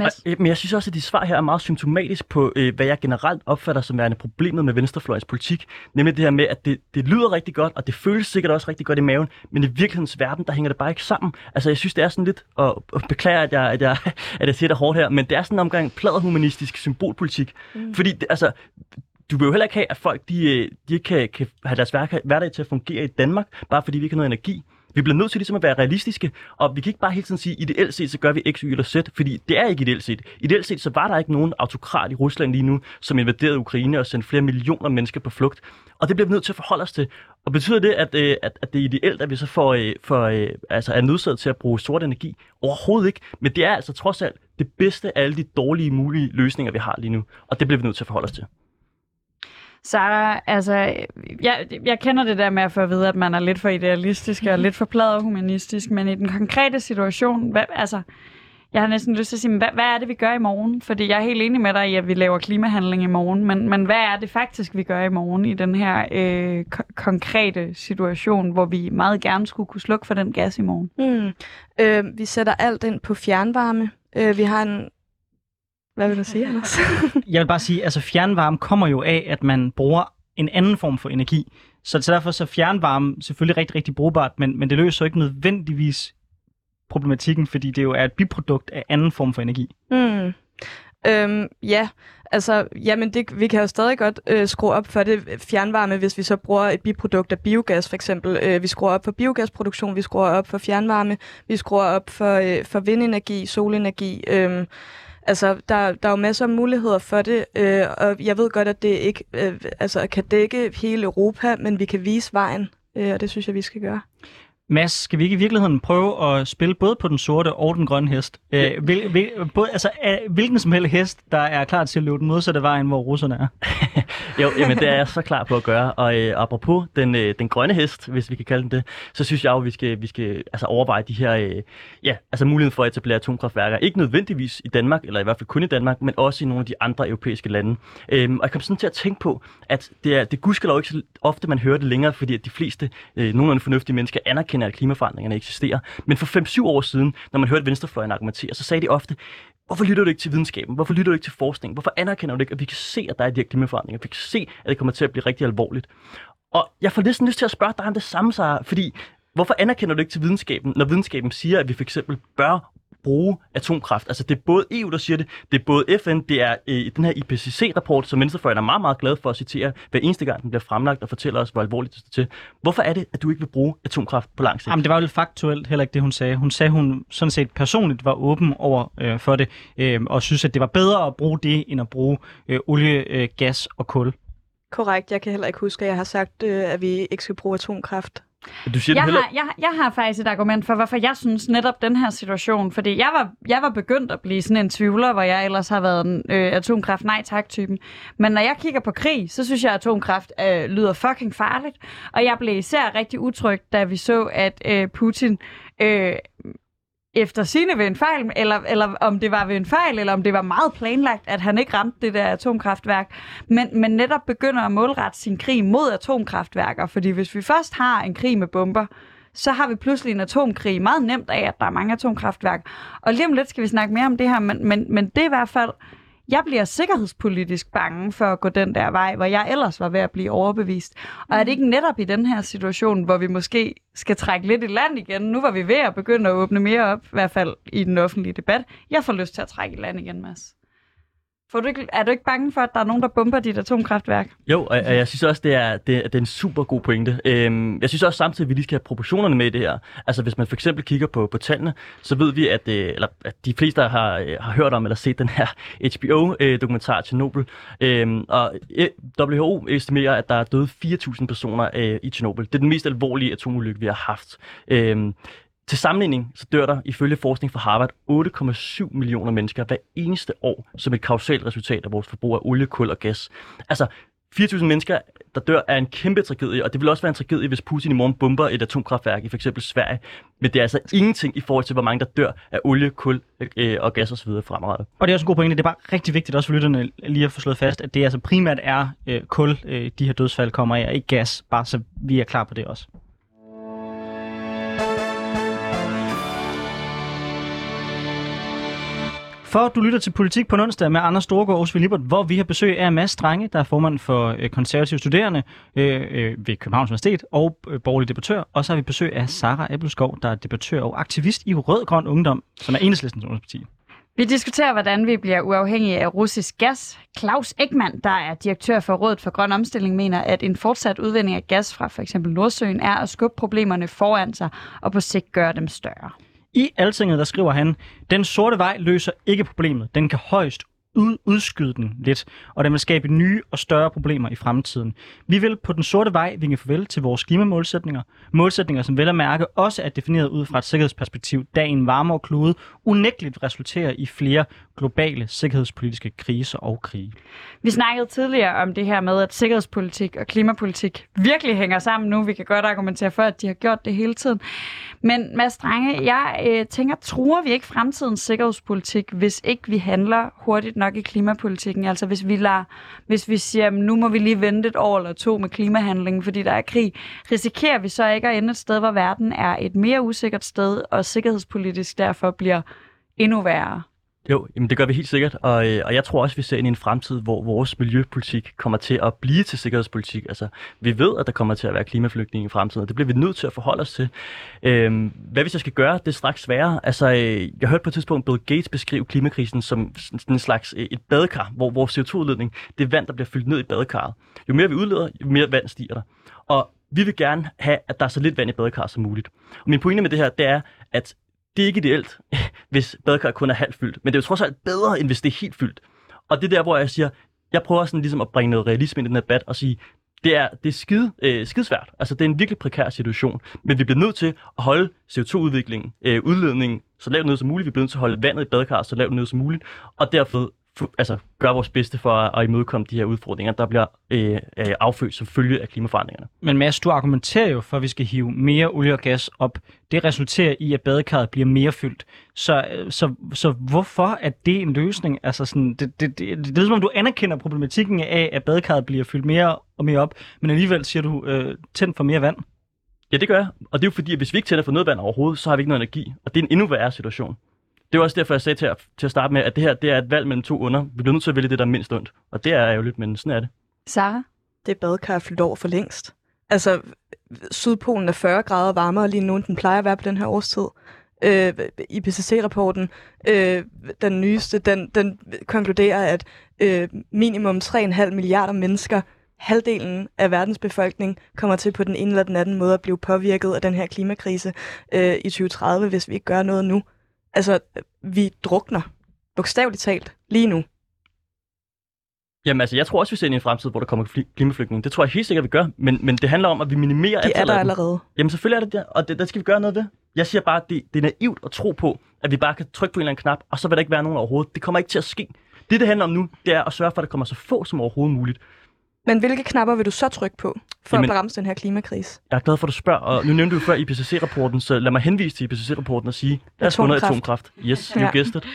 Mads? Men jeg synes også, at de svar her er meget symptomatisk på, øh, hvad jeg generelt opfatter som værende problemet med venstrefløjens politik. Nemlig det her med, at det, det lyder rigtig godt, og det føles sikkert også rigtig godt i maven, men i virkelighedens verden, der hænger det bare ikke sammen. Altså, jeg synes, det er sådan lidt, og, og beklager, at jeg, at, jeg, at jeg siger det hårdt her, men det er sådan en omgang pladerhumanistisk symbolpolitik. Mm. Fordi, det, altså, du vil jo heller ikke have, at folk de, de kan, kan have deres hverdag til at fungere i Danmark, bare fordi vi ikke har noget energi. Vi bliver nødt til ligesom at være realistiske, og vi kan ikke bare hele tiden sige, ideelt set, så gør vi X, Y eller Z, fordi det er ikke ideelt set. Ideelt set, så var der ikke nogen autokrat i Rusland lige nu, som invaderede Ukraine og sendte flere millioner mennesker på flugt. Og det bliver vi nødt til at forholde os til. Og betyder det, at, at, at det er ideelt, at vi så får, får, altså er nødsaget til at bruge sort energi? Overhovedet ikke. Men det er altså trods alt det bedste af alle de dårlige mulige løsninger, vi har lige nu. Og det bliver vi nødt til at forholde os til. Sarah, altså, jeg, jeg kender det der med at få at vide, at man er lidt for idealistisk og lidt for pladerhumanistisk, men i den konkrete situation, hvad, altså, jeg har næsten lyst til at sige, hvad, hvad er det, vi gør i morgen? Fordi jeg er helt enig med dig i, at vi laver klimahandling i morgen, men, men hvad er det faktisk, vi gør i morgen i den her øh, k- konkrete situation, hvor vi meget gerne skulle kunne slukke for den gas i morgen? Mm. Øh, vi sætter alt ind på fjernvarme. Øh, vi har en Hvad vil du sige, Anders? Jeg vil bare sige, at altså, fjernvarme kommer jo af, at man bruger en anden form for energi. Så, så derfor så fjernvarme selvfølgelig rigtig, rigtig brugbart, men, men det løser jo ikke nødvendigvis problematikken, fordi det jo er et biprodukt af anden form for energi. Mm. Øhm, ja, altså, jamen det, vi kan jo stadig godt øh, skrue op for det fjernvarme, hvis vi så bruger et biprodukt af biogas for eksempel. Øh, vi skruer op for biogasproduktion, vi skruer op for fjernvarme, vi skruer op for, øh, for vindenergi, solenergi. Øh, Altså, der, der er jo masser af muligheder for det, øh, og jeg ved godt, at det ikke øh, altså, kan dække hele Europa, men vi kan vise vejen, øh, og det synes jeg, vi skal gøre. Mads, skal vi ikke i virkeligheden prøve at spille både på den sorte og den grønne hest? Øh, hvil, hvil, både, altså, hvilken som helst hest, der er klar til at løbe den modsatte vej, hvor russerne er? Jo, jamen, det er jeg så klar på at gøre. Og øh, apropos den, øh, den grønne hest, hvis vi kan kalde den det, så synes jeg jo, at vi skal, vi skal altså, overveje de her øh, ja, altså, muligheden for at etablere atomkraftværker. Ikke nødvendigvis i Danmark, eller i hvert fald kun i Danmark, men også i nogle af de andre europæiske lande. Øhm, og jeg kom sådan til at tænke på, at det er, det er gudskelov ikke så ofte, man hører det længere, fordi at de fleste øh, nogenlunde fornuftige mennesker anerkender, at klimaforandringerne eksisterer. Men for fem syv år siden, når man hørte venstrefløjen argumentere, så sagde de ofte, hvorfor lytter du ikke til videnskaben? Hvorfor lytter du ikke til forskning? Hvorfor anerkender du ikke, at vi kan se, at der er de her klimaforandringer? Vi kan se, at det kommer til at blive rigtig alvorligt. Og jeg får næsten lyst til at spørge dig om det samme, Sarah, fordi hvorfor anerkender du ikke til videnskaben, når videnskaben siger, at vi for eksempel bør bruge atomkraft? Altså det er både E U, der siger det, det er både F N, det er øh, den her I P C C-rapport, som venstrefløjen er meget, meget glad for at citere, hver eneste gang den bliver fremlagt og fortæller os, hvor alvorligt det er til. Hvorfor er det, at du ikke vil bruge atomkraft på lang sigt? Jamen det var jo faktuelt heller ikke det, hun sagde. Hun sagde, hun sådan set personligt var åben over øh, for det, øh, og synes, at det var bedre at bruge det, end at bruge øh, olie, øh, gas og kul. Korrekt. Jeg kan heller ikke huske, at jeg har sagt, øh, at vi ikke skal bruge atomkraft. Du siger jeg, heller... har, jeg, jeg har faktisk et argument for, hvorfor jeg synes netop den her situation, fordi jeg var, jeg var begyndt at blive sådan en tvivler, hvor jeg ellers har været en øh, atomkraft nej tak-typen. Men når jeg kigger på krig, så synes jeg, at atomkraft øh, lyder fucking farligt. Og jeg blev især rigtig utryg, da vi så, at øh, Putin... Øh, efter sine ved en fejl, eller, eller om det var ved en fejl, eller om det var meget planlagt, at han ikke ramte det der atomkraftværk, men, men netop begynder at målrette sin krig mod atomkraftværker, fordi hvis vi først har en krig med bomber, så har vi pludselig en atomkrig meget nemt af, at der er mange atomkraftværk. Og lige om lidt skal vi snakke mere om det her, men, men, men det er i hvert fald, jeg bliver sikkerhedspolitisk bange for at gå den der vej, hvor jeg ellers var ved at blive overbevist. Og er det ikke netop i den her situation, hvor vi måske skal trække lidt i land igen? Nu var vi ved at begynde at åbne mere op, i hvert fald i den offentlige debat. Jeg får lyst til at trække i land igen, Mads. Får du ikke, er du ikke bange for, at der er nogen, der bomber dit atomkraftværk? Jo, og jeg synes også, det er, det, det er en super god pointe. Øhm, jeg synes også samtidig, at vi lige skal have proportionerne med i det her. Altså hvis man for eksempel kigger på, på tallene, så ved vi, at, eller, at de fleste har, har hørt om eller set den her H B O-dokumentar Chernobyl. Øhm, og W H O estimerer, at der er døde fire tusind personer øh, i Chernobyl. Det er den mest alvorlige atomulykke, vi har haft. Øhm, Til sammenligning så dør der ifølge forskning fra Harvard otte komma syv millioner mennesker hver eneste år som et kausalt resultat af vores forbrug af olie, kul og gas. Altså fire tusind mennesker, der dør, er en kæmpe tragedie, og det vil også være en tragedie, hvis Putin i morgen bomber et atomkraftværk i f.eks. Sverige. Men det er altså ingenting i forhold til, hvor mange der dør af olie, kul øh, og gas osv. fremadrettet. Og det er også en god pointe. Det er bare rigtig vigtigt også for lytterne lige at få slået fast, at det altså primært er øh, kul, øh, de her dødsfald kommer af, ikke gas, bare så vi er klar på det også. For du lytter til Politik på onsdag med Anders Storgård og Osvald Lippert, hvor vi har besøg af Mads Strange, der er formand for øh, konservative studerende øh, øh, ved Københavns Universitet og øh, borgerlig debattør. Og så har vi besøg af Sara Ebbelskov, der er debattør og aktivist i Rød Grøn Ungdom, som er Enhedslistens ungdomsparti. Vi diskuterer, hvordan vi bliver uafhængige af russisk gas. Claus Ekman, der er direktør for Rådet for Grøn Omstilling, mener, at en fortsat udvinding af gas fra f.eks. Nordsøen er at skubbe problemerne foran sig og på sigt gøre dem større. I Altinget, der skriver han, den sorte vej løser ikke problemet. Den kan højst ud, udskyde den lidt, og den vil skabe nye og større problemer i fremtiden. Vi vil på den sorte vej vinke farvel til vores klimamålsætninger. Målsætninger, som vel at mærke også er defineret ud fra et sikkerhedsperspektiv, da en varmere klode unægteligt resulterer i flere globale sikkerhedspolitiske kriser og krige. Vi snakkede tidligere om det her med, at sikkerhedspolitik og klimapolitik virkelig hænger sammen nu. Vi kan godt argumentere for, at de har gjort det hele tiden. Men Mads Strange, jeg øh, tænker, truer vi ikke fremtidens sikkerhedspolitik, hvis ikke vi handler hurtigt nok i klimapolitikken? Altså hvis vi, lader, hvis vi siger, at nu må vi lige vente et år eller to med klimahandlingen, fordi der er krig, risikerer vi så ikke at ende et sted, hvor verden er et mere usikkert sted, og sikkerhedspolitisk derfor bliver endnu værre? Jo, jamen det gør vi helt sikkert, og, øh, og jeg tror også, vi ser ind i en fremtid, hvor vores miljøpolitik kommer til at blive til sikkerhedspolitik. Altså, vi ved, at der kommer til at være klimaflygtninge i fremtiden, og det bliver vi nødt til at forholde os til. Øh, hvad hvis jeg skal gøre, det er straks sværere. Altså, øh, jeg hørte på et tidspunkt Bill Gates beskrive klimakrisen som en slags øh, et badekar, hvor vores C O to udledning, det er vand, der bliver fyldt ned i badekarret. Jo mere vi udleder, jo mere vand stiger der. Og vi vil gerne have, at der er så lidt vand i badekarret som muligt. Og min pointe med det her, det er, at det er ikke ideelt, hvis badekarret kun er halvt fyldt, men det er jo trods alt bedre, end hvis det er helt fyldt. Og det er der, hvor jeg siger, jeg prøver sådan ligesom at bringe noget realisme ind i den her debat og sige, det er, det er skide, øh, skidesvært. Altså, det er en virkelig prekær situation, men vi bliver nødt til at holde C O to udviklingen, øh, udledningen så lavt ned som muligt. Vi bliver nødt til at holde vandet i badekarret så lavt ned som muligt, og derfor altså, gøre vores bedste for at imødekomme de her udfordringer, der bliver øh, affødt som følge af klimaforandringerne. Men Mads, du argumenterer jo for, at vi skal hive mere olie og gas op. Det resulterer i, at badekarret bliver mere fyldt. Så, så, så hvorfor er det en løsning? Altså sådan, det, det, det, det, det er som om, du anerkender problematikken af, at badekarret bliver fyldt mere og mere op, men alligevel siger du, øh, tænd for mere vand. Ja, det gør jeg. Og det er jo fordi, at hvis vi ikke tænder for noget vand overhovedet, så har vi ikke noget energi. Og det er en endnu værre situation. Det er også derfor, jeg sagde til at, til at starte med, at det her det er et valg mellem to onder. Vi bliver nødt til at vælge det, der er mindst ondt. Og det er jo lidt, men sådan er det. Sara? Det badekar er fyldt over for længst. Altså, Sydpolen er fyrre grader varmere lige nu, end den plejer at være på den her årstid. Øh, I P C C-rapporten, øh, den nyeste, den, den konkluderer, at øh, minimum tre komma fem milliarder mennesker, halvdelen af verdens befolkning, kommer til på den ene eller den anden måde at blive påvirket af den her klimakrise øh, i tyve tredive, hvis vi ikke gør noget nu. Altså, vi drukner, bogstaveligt talt, lige nu. Jamen altså, jeg tror også, vi ser ind i en fremtid, hvor der kommer klimaflygtninge. Det tror jeg helt sikkert, vi gør, men, men det handler om, at vi minimerer... De er der allerede. Jamen selvfølgelig er det der, og det, der skal vi gøre noget ved. Jeg siger bare, at det, det er naivt at tro på, at vi bare kan trykke på en eller anden knap, og så vil der ikke være nogen overhovedet. Det kommer ikke til at ske. Det, det handler om nu, det er at sørge for, at der kommer så få som overhovedet muligt. Men hvilke knapper vil du så trykke på, for Jamen, at bremse den her klimakrise? Jeg er glad for, at du spørger, og nu nævnte du før I P C C-rapporten, så lad mig henvise til I P C C-rapporten og sige, der er fundet atomkraft. Yes, you ja. guessed it.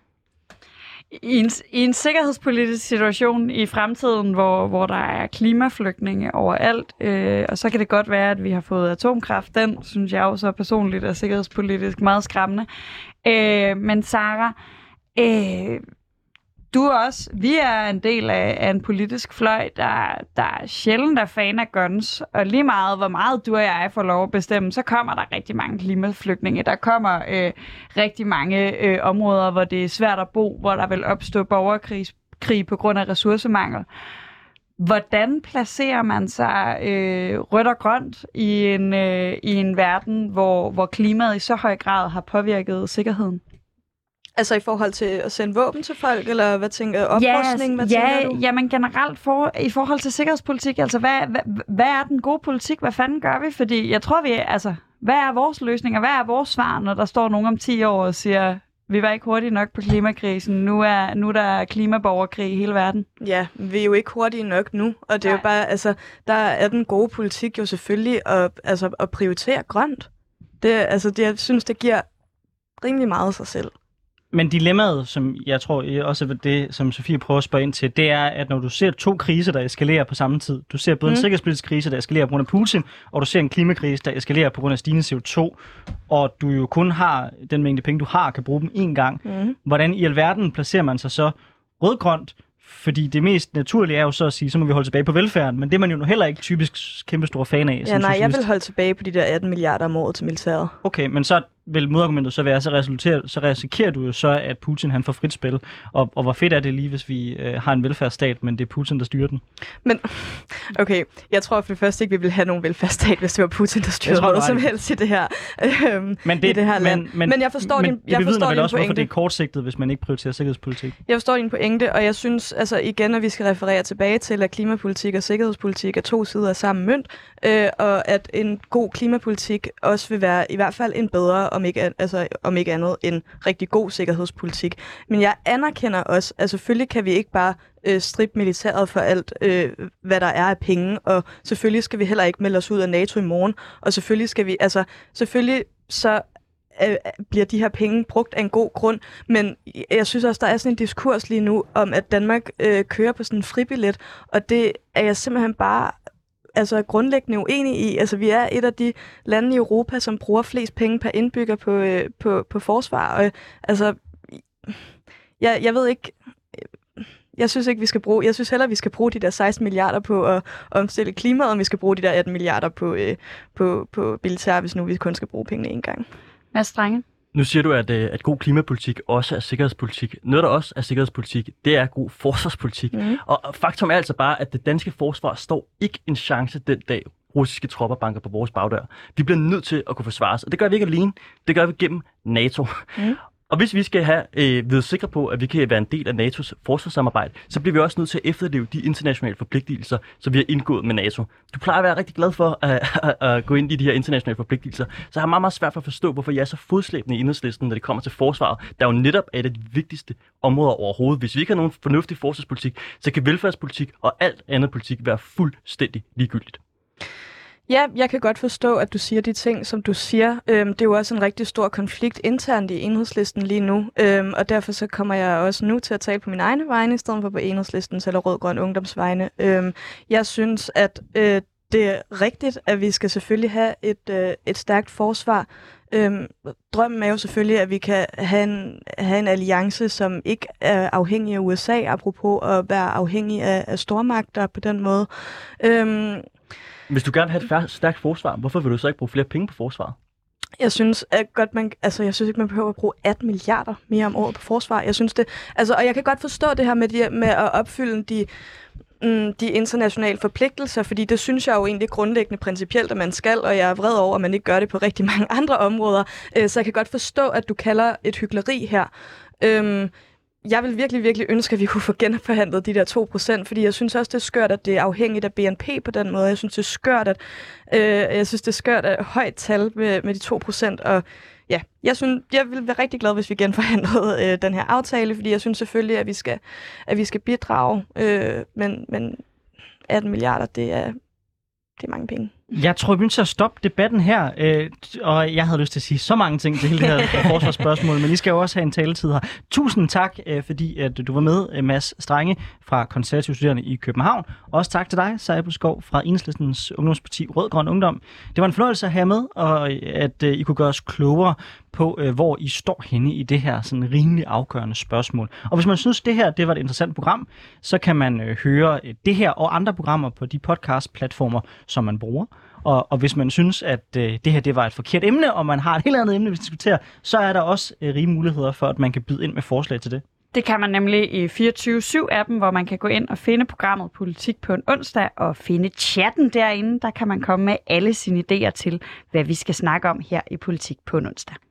I en, I en sikkerhedspolitisk situation i fremtiden, hvor, hvor der er klimaflygtninge overalt, øh, og så kan det godt være, at vi har fået atomkraft. Den synes jeg også personligt er sikkerhedspolitisk meget skræmmende. Øh, men Sara, øh, du også, vi er en del af, af en politisk fløj, der, der sjældent er fan af guns, og lige meget, hvor meget du og jeg får lov at bestemme, så kommer der rigtig mange klimaflygtninge. Der kommer øh, rigtig mange øh, områder, hvor det er svært at bo, hvor der vil opstå borgerkrig krig på grund af ressourcemangel. Hvordan placerer man sig øh, rødt og grønt i en, øh, i en verden, hvor, hvor klimaet i så høj grad har påvirket sikkerheden? Altså i forhold til at sende våben til folk, eller hvad tænker oprustning? Hvad ja, tænker du? Jamen generelt for, i forhold til sikkerhedspolitik, altså hvad, hvad, hvad er den gode politik? Hvad fanden gør vi? Fordi jeg tror vi, altså, hvad er vores løsninger? Hvad er vores svar, når der står nogen om ti år og siger, vi var ikke hurtige nok på klimakrisen, nu er, nu er der klimaborgerkrig i hele verden? Ja, vi er jo ikke hurtige nok nu, og det Nej. er jo bare, altså, der er den gode politik jo selvfølgelig at, altså, at prioritere grønt. Det, altså, det, jeg synes, det giver rimelig meget sig selv. Men dilemmaet, som jeg tror også er det, som Sofie prøver at spørge ind til, det er, at når du ser to kriser, der eskalerer på samme tid, du ser både mm. en sikkerhedspolitisk krise, der eskalerer på grund af Putin, og du ser en klimakrise, der eskalerer på grund af stigende C O to, og du jo kun har den mængde penge, du har, kan bruge dem én gang. Mm. Hvordan i alverden placerer man sig så rødgrønt? Fordi det mest naturlige er jo så at sige, så må vi holde tilbage på velfærden, men det er man jo heller ikke typisk kæmpe stor fan af. Ja, nej, socialist. Jeg vil holde tilbage på de der atten milliarder om året til militæret. Okay, men så vil modargumentet så være, så, resulterer, så risikerer du jo så, at Putin han får frit spil. Og, og hvor fedt er det lige, hvis vi øh, har en velfærdsstat, men det er Putin, der styrer den? Men, okay, jeg tror for det første ikke, vi ville have nogen velfærdsstat, hvis det var Putin, der styrede noget som helst i det her, øhm, men det, i det her land. Men, men, men jeg forstår men, din, jeg forstår din også, pointe. Hvorfor det er kortsigtet, hvis man ikke prioriterer sikkerhedspolitik. Jeg forstår din pointe, og jeg synes altså igen, at vi skal referere tilbage til, at klimapolitik og sikkerhedspolitik er to sider af samme mønt, øh, og at en god klimapolitik også vil være i hvert fald en bedre, om ikke, altså, om ikke andet, en rigtig god sikkerhedspolitik. Men jeg anerkender også, at selvfølgelig kan vi ikke bare øh, strippe militæret for alt, øh, hvad der er af penge, og selvfølgelig skal vi heller ikke melde os ud af NATO i morgen, og selvfølgelig skal vi, altså selvfølgelig så øh, bliver de her penge brugt af en god grund, men jeg synes også, der er sådan en diskurs lige nu om, at Danmark øh, kører på sådan en fribillet, og det er jeg simpelthen bare altså grundlæggende uenig i. Altså, vi er et af de lande i Europa, som bruger flest penge per indbygger på, øh, på, på forsvar. Og, altså, jeg, jeg ved ikke... Jeg synes ikke, vi skal bruge... Jeg synes heller, vi skal bruge de der seksten milliarder på at omstille klimaet, og vi skal bruge de der atten milliarder på, øh, på, på militær, hvis nu vi kun skal bruge pengene en gang. Mads Strange? Nu siger du, at, at god klimapolitik også er sikkerhedspolitik. Noget, der også er sikkerhedspolitik, det er god forsvarspolitik. Mm. Og faktum er altså bare, at det danske forsvar står ikke en chance den dag, russiske tropper banker på vores bagdør. Vi bliver nødt til at kunne forsvare os, og det gør vi ikke alene. Det gør vi gennem NATO. Mm. Og hvis vi skal have øh, været sikre på, at vi kan være en del af N A T O's forsvarssamarbejde, så bliver vi også nødt til at efterleve de internationale forpligtelser, som vi har indgået med NATO. Du plejer at være rigtig glad for at, at, at gå ind i de her internationale forpligtelser, så jeg har meget, meget svært for at forstå, hvorfor jeg er så fodslæbende i Enhedslisten, når det kommer til forsvaret, der jo netop er et af de vigtigste områder overhovedet. Hvis vi ikke har nogen fornuftig forsvarspolitik, så kan velfærdspolitik og alt andet politik være fuldstændig ligegyldigt. Ja, jeg kan godt forstå, at du siger de ting, som du siger. Øhm, det er jo også en rigtig stor konflikt internt i Enhedslisten lige nu, øhm, og derfor så kommer jeg også nu til at tale på min egne vegne, i stedet for på Enhedslistens eller Rød-Grøn Ungdoms vegne. Øhm, jeg synes, at øh, det er rigtigt, at vi skal selvfølgelig have et, øh, et stærkt forsvar. Øhm, drømmen er jo selvfølgelig, at vi kan have en, have en alliance, som ikke er afhængig af U S A, apropos at være afhængig af, af stormagter på den måde. Øhm, Hvis du gerne vil have et stærkt forsvar, hvorfor vil du så ikke bruge flere penge på forsvaret? Jeg synes at godt man altså jeg synes ikke man behøver at bruge atten milliarder mere om året på forsvar. Jeg synes det altså og jeg kan godt forstå det her med de, med at opfylde de mm, de internationale forpligtelser, fordi det synes jeg jo egentlig grundlæggende principielt at man skal, og jeg er vred over at man ikke gør det på rigtig mange andre områder. Øh, så jeg kan godt forstå at du kalder et hykleri her. Øhm, Jeg vil virkelig, virkelig ønske, at vi kunne få genforhandlet de der to procent, fordi jeg synes også, det er skørt, at det er afhængigt af B N P på den måde. Jeg synes, det er skørt, at, øh, jeg synes, det er skørt at højt tal med, med de to procent, og ja, jeg, synes, jeg vil være rigtig glad, hvis vi genforhandlede øh, den her aftale, fordi jeg synes selvfølgelig, at vi skal, at vi skal bidrage, øh, men, men atten milliarder, det er, det er mange penge. Jeg tror, vi er nødt til at stoppe debatten her, øh, og jeg havde lyst til at sige så mange ting til hele det her forsvarsspørgsmål, men I skal jo også have en taletid her. Tusind tak, øh, fordi at du var med, Mads Strange fra Konservative Studerende i København. Også tak til dig, Seja Buskov fra Enhedslistens Ungdomsparti Rød-Grøn Ungdom. Det var en fornøjelse at have med, og at øh, I kunne gøre os klogere på, øh, hvor I står henne i det her sådan rimelig afgørende spørgsmål. Og hvis man synes, det her det var et interessant program, så kan man øh, høre øh, det her og andre programmer på de podcast-platformer, som man bruger. Og, og hvis man synes, at øh, det her det var et forkert emne, og man har et helt andet emne, vi diskuterer, så er der også øh, rige muligheder for, at man kan byde ind med forslag til det. Det kan man nemlig i fireogtyve syv-appen, hvor man kan gå ind og finde programmet Politik på en onsdag og finde chatten derinde. Der kan man komme med alle sine idéer til, hvad vi skal snakke om her i Politik på en onsdag.